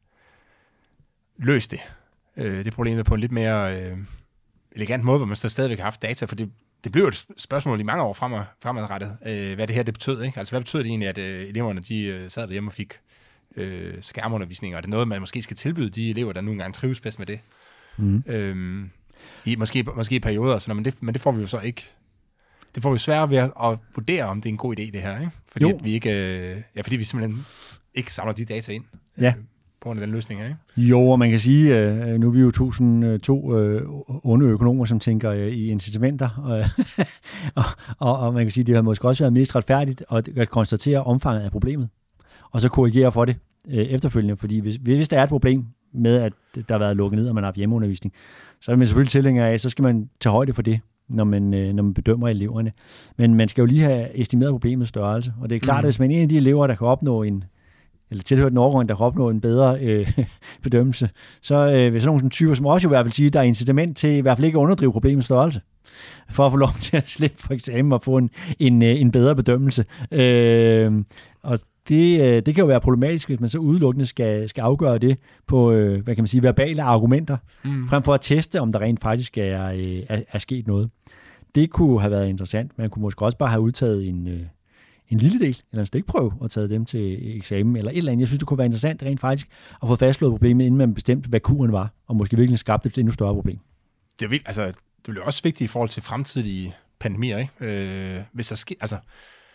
løst det, øh, det problem på en lidt mere øh, elegant måde, hvor man så stadigvæk har haft data, for det, det blev et spørgsmål i mange år frem, fremadrettet, øh, hvad det her det betød, ikke? Altså hvad betød det egentlig, at øh, eleverne de øh, sad derhjemme og fik øh, skærmundervisning, og det er noget, man måske skal tilbyde de elever, der nogle gange trives bedst med det. Mm. Øhm, I måske, måske i perioder, så, men, det, men det får vi jo så ikke. Det får vi svært ved at, at vurdere, om det er en god idé, det her, ikke? Fordi, at vi, ikke, ja, fordi vi simpelthen ikke samler de data ind ja. på grund af den løsning her, ikke? Jo, og man kan sige, nu er vi jo tusind to onde økonomer, som tænker i incitamenter, og, og, og, og man kan sige, det har måske også været mest retfærdigt at konstatere omfanget af problemet, og så korrigere for det efterfølgende, fordi hvis, hvis der er et problem med, at der har været lukket ned, og man har haft hjemmeundervisning, så er man selvfølgelig tilhænger af, så skal man tage højde for det, når man, når man bedømmer eleverne. Men man skal jo lige have estimeret problemets størrelse, og det er klart, mm. at hvis man er en af de elever, der kan opnå en, eller tilhører den overgang, der kan opnå en bedre øh, bedømmelse, så øh, vil sådan nogle typer, som også jo i hvert fald sige, der er incitament til i hvert fald ikke at underdrive problemets størrelse, for at få lov til at slippe for eksamen og få en, en, en bedre bedømmelse. Øh, og det, det kan jo være problematisk, hvis man så udelukkende skal, skal afgøre det på, hvad kan man sige, verbale argumenter, mm. frem for at teste, om der rent faktisk er, er, er sket noget. Det kunne have været interessant. Man kunne måske også bare have udtaget en, en lille del, eller en stikprøve, og taget dem til eksamen, eller et eller andet. Jeg synes, det kunne være interessant rent faktisk at få fastslået problemet, inden man bestemte, hvad kuren var, og måske virkelig skabte et endnu større problem. Det er vildt, altså, det bliver også vigtigt i forhold til fremtidige pandemier, ikke? Øh, hvis der sker, altså,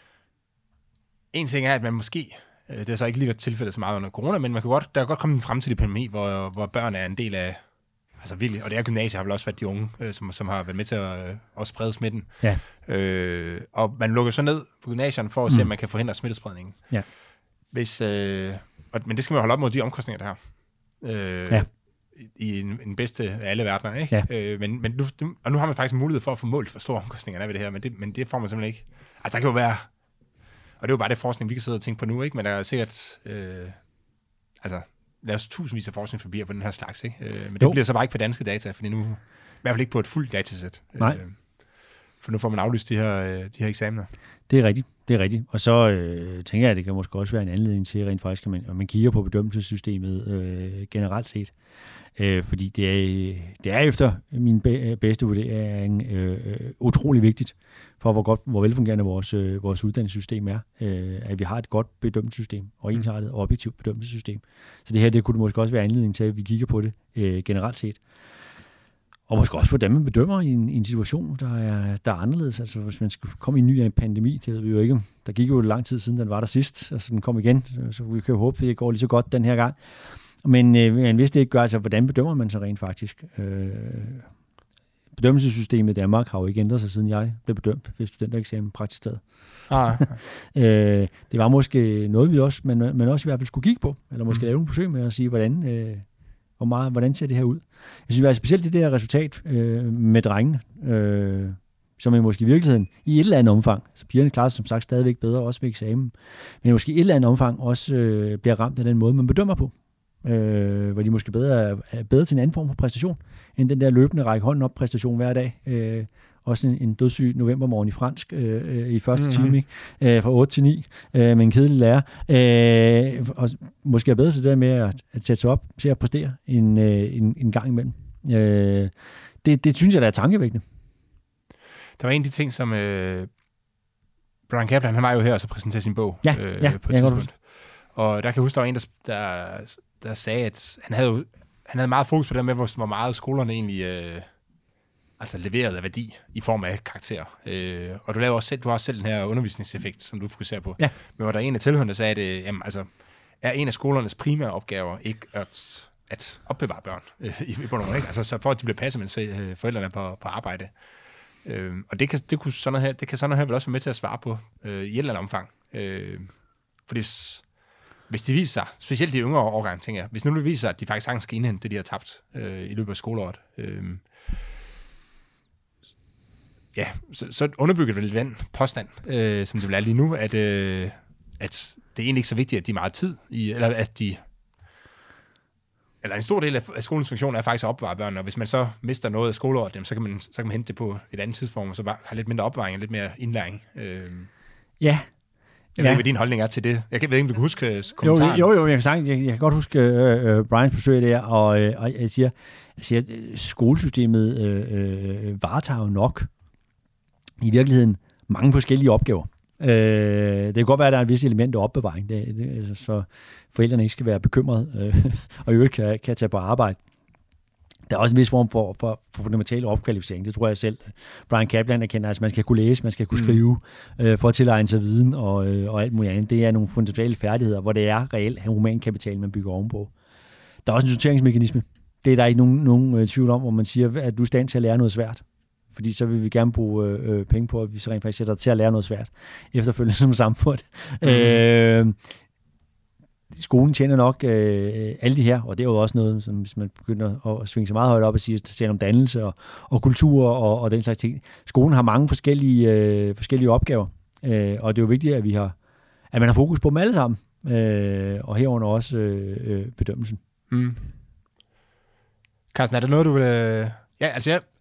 en ting er, at man måske, det har så ikke lige været tilfældet så meget under corona, men man kan godt, der kan godt komme en fremtidig pandemi, hvor, hvor børn er en del af, altså virkelig, og det er gymnasiet har vel også været de unge, øh, som, som har været med til at, øh, at sprede smitten. Ja. Øh, og man lukker så ned på gymnasierne for at se, mm. om man kan forhindre smittespredningen. Ja. Hvis, øh, og, men det skal man holde op mod de omkostninger, der har. Øh, ja. I en, en bedste af alle verdener, ikke? Ja. Øh, men, men nu, og nu har man faktisk mulighed for at få målt for store omkostninger af ved det her, men det, men det får man simpelthen ikke. Altså der kan jo være, og det er jo bare det forskning, vi kan sidde og tænke på nu, ikke? Men der er sikkert, øh, altså, der er tusindvis af forskningspapirer på den her slags, ikke? Øh, men det jo. Bliver så bare ikke på danske data, fordi nu, i hvert fald ikke på et fuldt datasæt. Nej. Øh, for nu får man aflyst de her, de her eksamener. Det er rigtigt. det er rigtigt. Og så øh, tænker jeg, at det kan måske også være en anledning til rent faktisk, at man, at man kigger på bedømmelsessystemet øh, generelt set. Øh, fordi det er, det er efter min be- bedste vurdering øh, utrolig vigtigt for, hvor godt, hvor velfungerende vores, øh, vores uddannelsessystem er. Øh, at vi har et godt bedømmelsessystem, og ensartet og objektivt bedømmelsessystem. Så det her, det kunne måske også være anledning til, at vi kigger på det øh, generelt set. Og måske også for dem, man bedømmer i en, i en situation, der er, der er anderledes. Altså hvis man skal komme i en ny pandemi, det ved vi jo ikke. Der gik jo lang tid siden, den var der sidst, og så den kom igen. Så vi kan jo håbe, at det går lige så godt den her gang. Men, øh, men hvis det ikke gør, altså hvordan bedømmer man sig rent faktisk? Øh, bedømmelsessystemet i Danmark har jo ikke ændret sig, siden jeg blev bedømt ved studentereksamen praktisk taget. Ah. øh, det var måske noget, vi også, men, men også i hvert fald skulle kigge på, eller måske mm. lave en forsøg med at sige, hvordan... Øh, Hvor meget, hvordan ser det her ud? Jeg synes, at specielt det der resultat øh, med drengene, øh, som er måske i virkeligheden i et eller andet omfang, så pigerne klarer sig som sagt stadigvæk bedre, også ved eksamen, men måske i et eller andet omfang også øh, bliver ramt af den måde, man bedømmer på. Øh, hvor de måske bedre er, er bedre til en anden form for præstation, end den der løbende række hånden op præstation hver dag. Øh, også en, en dødssyg novembermorgen i fransk øh, i første mm-hmm. time, ikke? Øh, fra otte til ni, øh, med en kedelig lærer. Øh, og måske er bedre til det der med at, at sætte sig op til at præstere en, øh, en, en gang imellem. Øh, det, det synes jeg, der er tankevækkende. Der var en af de ting, som øh, Brian Kaplan, han var jo her og så præsenterede sin bog ja, øh, ja, på et tidspunkt. Og der kan jeg huske, der var en, der, der, der sagde, at han havde, han havde meget fokus på det med, hvor, hvor meget skolerne egentlig... Øh, altså leveret af værdi i form af karakterer. Øh, og du laver også selv, du har også selv den her undervisningseffekt, som du fokuserer på. Ja. Men hvor der er en af tilhørende, der sagde, at øh, jamen, altså, er en af skolernes primære opgaver ikke at, at opbevare børn øh, i, i bunden, ikke? Altså så for at de bliver passet, mens øh, forældrene er på, på arbejde. Øh, og det kan, det, kunne sådan noget her, det kan sådan noget her vel også være med til at svare på øh, i et eller andet omfang. Øh, fordi hvis, hvis de viser sig, specielt de yngre årgange, tænker jeg, hvis nu det viser sig, at de faktisk sagtens skal indhente det, de har tabt øh, i løbet af skoleåret, øh, ja, så, så underbygger det vel den påstand, øh, som det vil er lige nu, at, øh, at det er egentlig ikke så vigtigt, at de har meget tid i, eller at de, eller en stor del af, af skolens funktion er faktisk at opbevare børn, og hvis man så mister noget af skoleåret, så kan man, så kan man hente det på et andet tidspunkt, og så bare have lidt mindre opbevaring og lidt mere indlæring. Øh, ja. Jeg ved ja. ikke, hvad din holdning er til det. Jeg ved ikke, om du kan huske kommentaren. Jo, jo, jo jeg, kan sagt, jeg, jeg kan godt huske øh, Brians besøg der, og, øh, og jeg siger, jeg siger at skolesystemet øh, øh, varetager jo nok i virkeligheden mange forskellige opgaver. Øh, det kan godt være, at der er et vis element af opbevaring, det, det, altså, så forældrene ikke skal være bekymrede, øh, og i øvrigt kan, kan tage på arbejde. Der er også en vis form for, for, for fundamental opkvalificering. Det tror jeg selv. Brian Kaplan erkender, at altså, man skal kunne læse, man skal kunne skrive, øh, for at tilegne sig viden og, øh, og alt muligt andet. Det er nogle fundamentale færdigheder, hvor det er reelt humankapital, man bygger ovenpå. Der er også en sorteringsmekanisme. Det er der ikke nogen, nogen øh, tvivl om, hvor man siger, at du er i stand til at lære noget svært. Fordi så vil vi gerne bruge øh, penge på, at vi så rent faktisk sætter til at lære noget svært efterfølgende som samfund. Mm. Øh, skolen tjener nok øh, alle de her, og det er jo også noget, som hvis man begynder at svinge sig meget højt op og sige, at det tjener om dannelse og, og kultur og, og den slags ting. Skolen har mange forskellige, øh, forskellige opgaver, øh, og det er jo vigtigt, at vi har, at man har fokus på dem alle sammen, øh, og herunder også øh, bedømmelsen. Mm. Carsten, er der noget, du vil... Ja, altså jeg...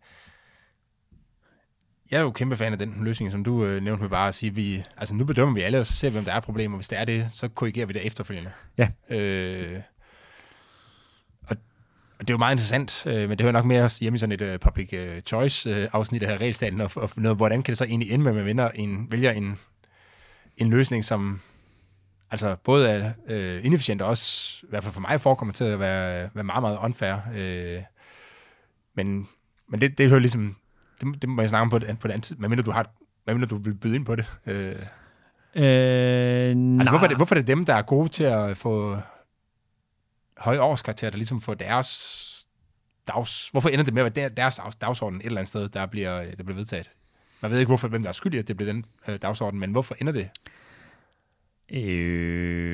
Jeg er jo kæmpe fan af den løsning, som du øh, nævnte med bare at sige, vi, altså nu bedømmer vi alle, og så ser vi, om der er problemer. Hvis der er det, så korrigerer vi det efterfølgende. Ja. Øh, og, og det er jo meget interessant, øh, men det hører nok mere hjemme i sådan et uh, public uh, choice-afsnit uh, af regelstaten, og, og noget, hvordan kan det så egentlig ende med, at man vender en, vælger en, en løsning, som altså både er øh, inefficient, og også i hvert fald for mig forekommer til at være, være meget, meget unfair. Øh, men men det, det hører ligesom... Det, det må jeg snakke om på det, på det andet tid, medmindre du, har, medmindre du vil byde ind på det. Øh. Øh, altså, hvorfor er, det, hvorfor er det dem, der er gode til at få høje årskarakterer, der ligesom får deres dags... Hvorfor ender det med, at deres dagsorden et eller andet sted, der bliver, der bliver vedtaget? Man ved ikke, hvorfor, hvem der er skyldig, at det bliver den øh, dagsorden, men hvorfor ender det? Øh, det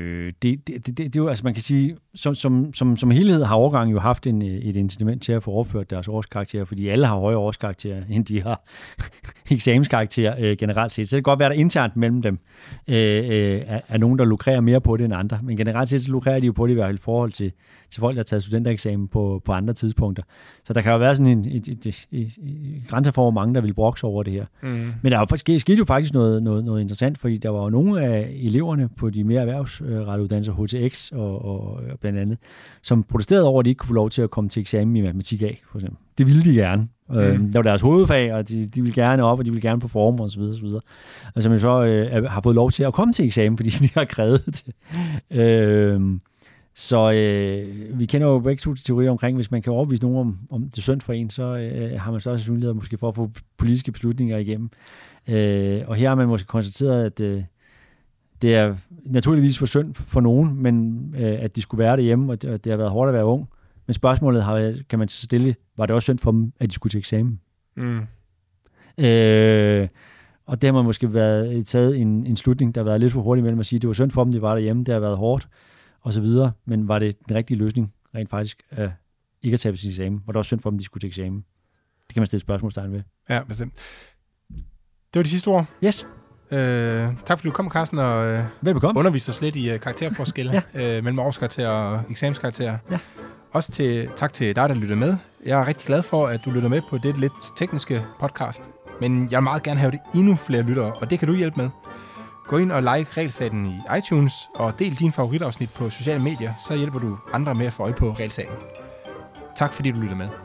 det, det, det, det er jo, altså man kan sige, som, som, som, som helhed har overgangen jo haft en, et incitament til at få overført deres årskarakterer, fordi alle har højere årskarakterer, end de har eksamenskarakterer øh, generelt set. Så det kan godt være, der internt mellem dem øh, øh, er, er nogen, der lukrerer mere på det end andre, men generelt set så lukrerer de jo på det i hvert fald i forhold til, til folk, der har taget studentereksamen på, på andre tidspunkter. Så der kan jo være sådan en et, et, et, et, et grænse for, hvor mange der vil brokse over det her. Mm. Men der er jo, skete jo faktisk noget, noget, noget interessant, fordi der var jo nogle af eleverne på de mere erhvervsrettede uddannelser, H T X og, og, og blandt andet, som protesterede over, at de ikke kunne få lov til at komme til eksamen i matematik A, for eksempel. Det ville de gerne. Mm. Øh, det var deres hovedfag, og de, de ville gerne op, og de ville gerne performe, og så videre, og så videre. Og som jo så øh, har fået lov til at komme til eksamen, fordi de har krævet det. Øh, så øh, vi kender jo begge to til teorier omkring, hvis man kan overbevise nogen om, om det er synd for en, så øh, har man så sandsynlighed måske for at få politiske beslutninger igennem. Øh, og her har man måske konstateret, at øh, det er naturligvis for synd for nogen, men øh, at de skulle være derhjemme, og det, og det har været hårdt at være ung. Men spørgsmålet har, kan man stille, var det også synd for dem, at de skulle til eksamen? Mm. Øh, og det har man måske været, taget en, en slutning, der har været lidt for hurtigt mellem at sige, at det var synd for dem, de var derhjemme, det har været hårdt, og så videre. Men var det den rigtige løsning, rent faktisk, øh, ikke at tage sin eksamen? Var det også synd for dem, de skulle til eksamen? Det kan man stille spørgsmålstegn ved. Ja, bestemt. Det var de sidste ord. Yes. Øh, tak fordi du kom, Carsten, og øh, velbekomme. Underviste os lidt i uh, karakterforskelle ja. øh, mellem årskarakterer og eksamenskarakterer. Ja. Også til, tak til dig, der lytter med. Jeg er rigtig glad for, at du lytter med på det lidt tekniske podcast. Men jeg vil meget gerne have det endnu flere lyttere, og det kan du hjælpe med. Gå ind og like Regelstaten i iTunes, og del dine favoritafsnit på sociale medier, så hjælper du andre med at få øje på Regelstaten. Tak fordi du lytter med.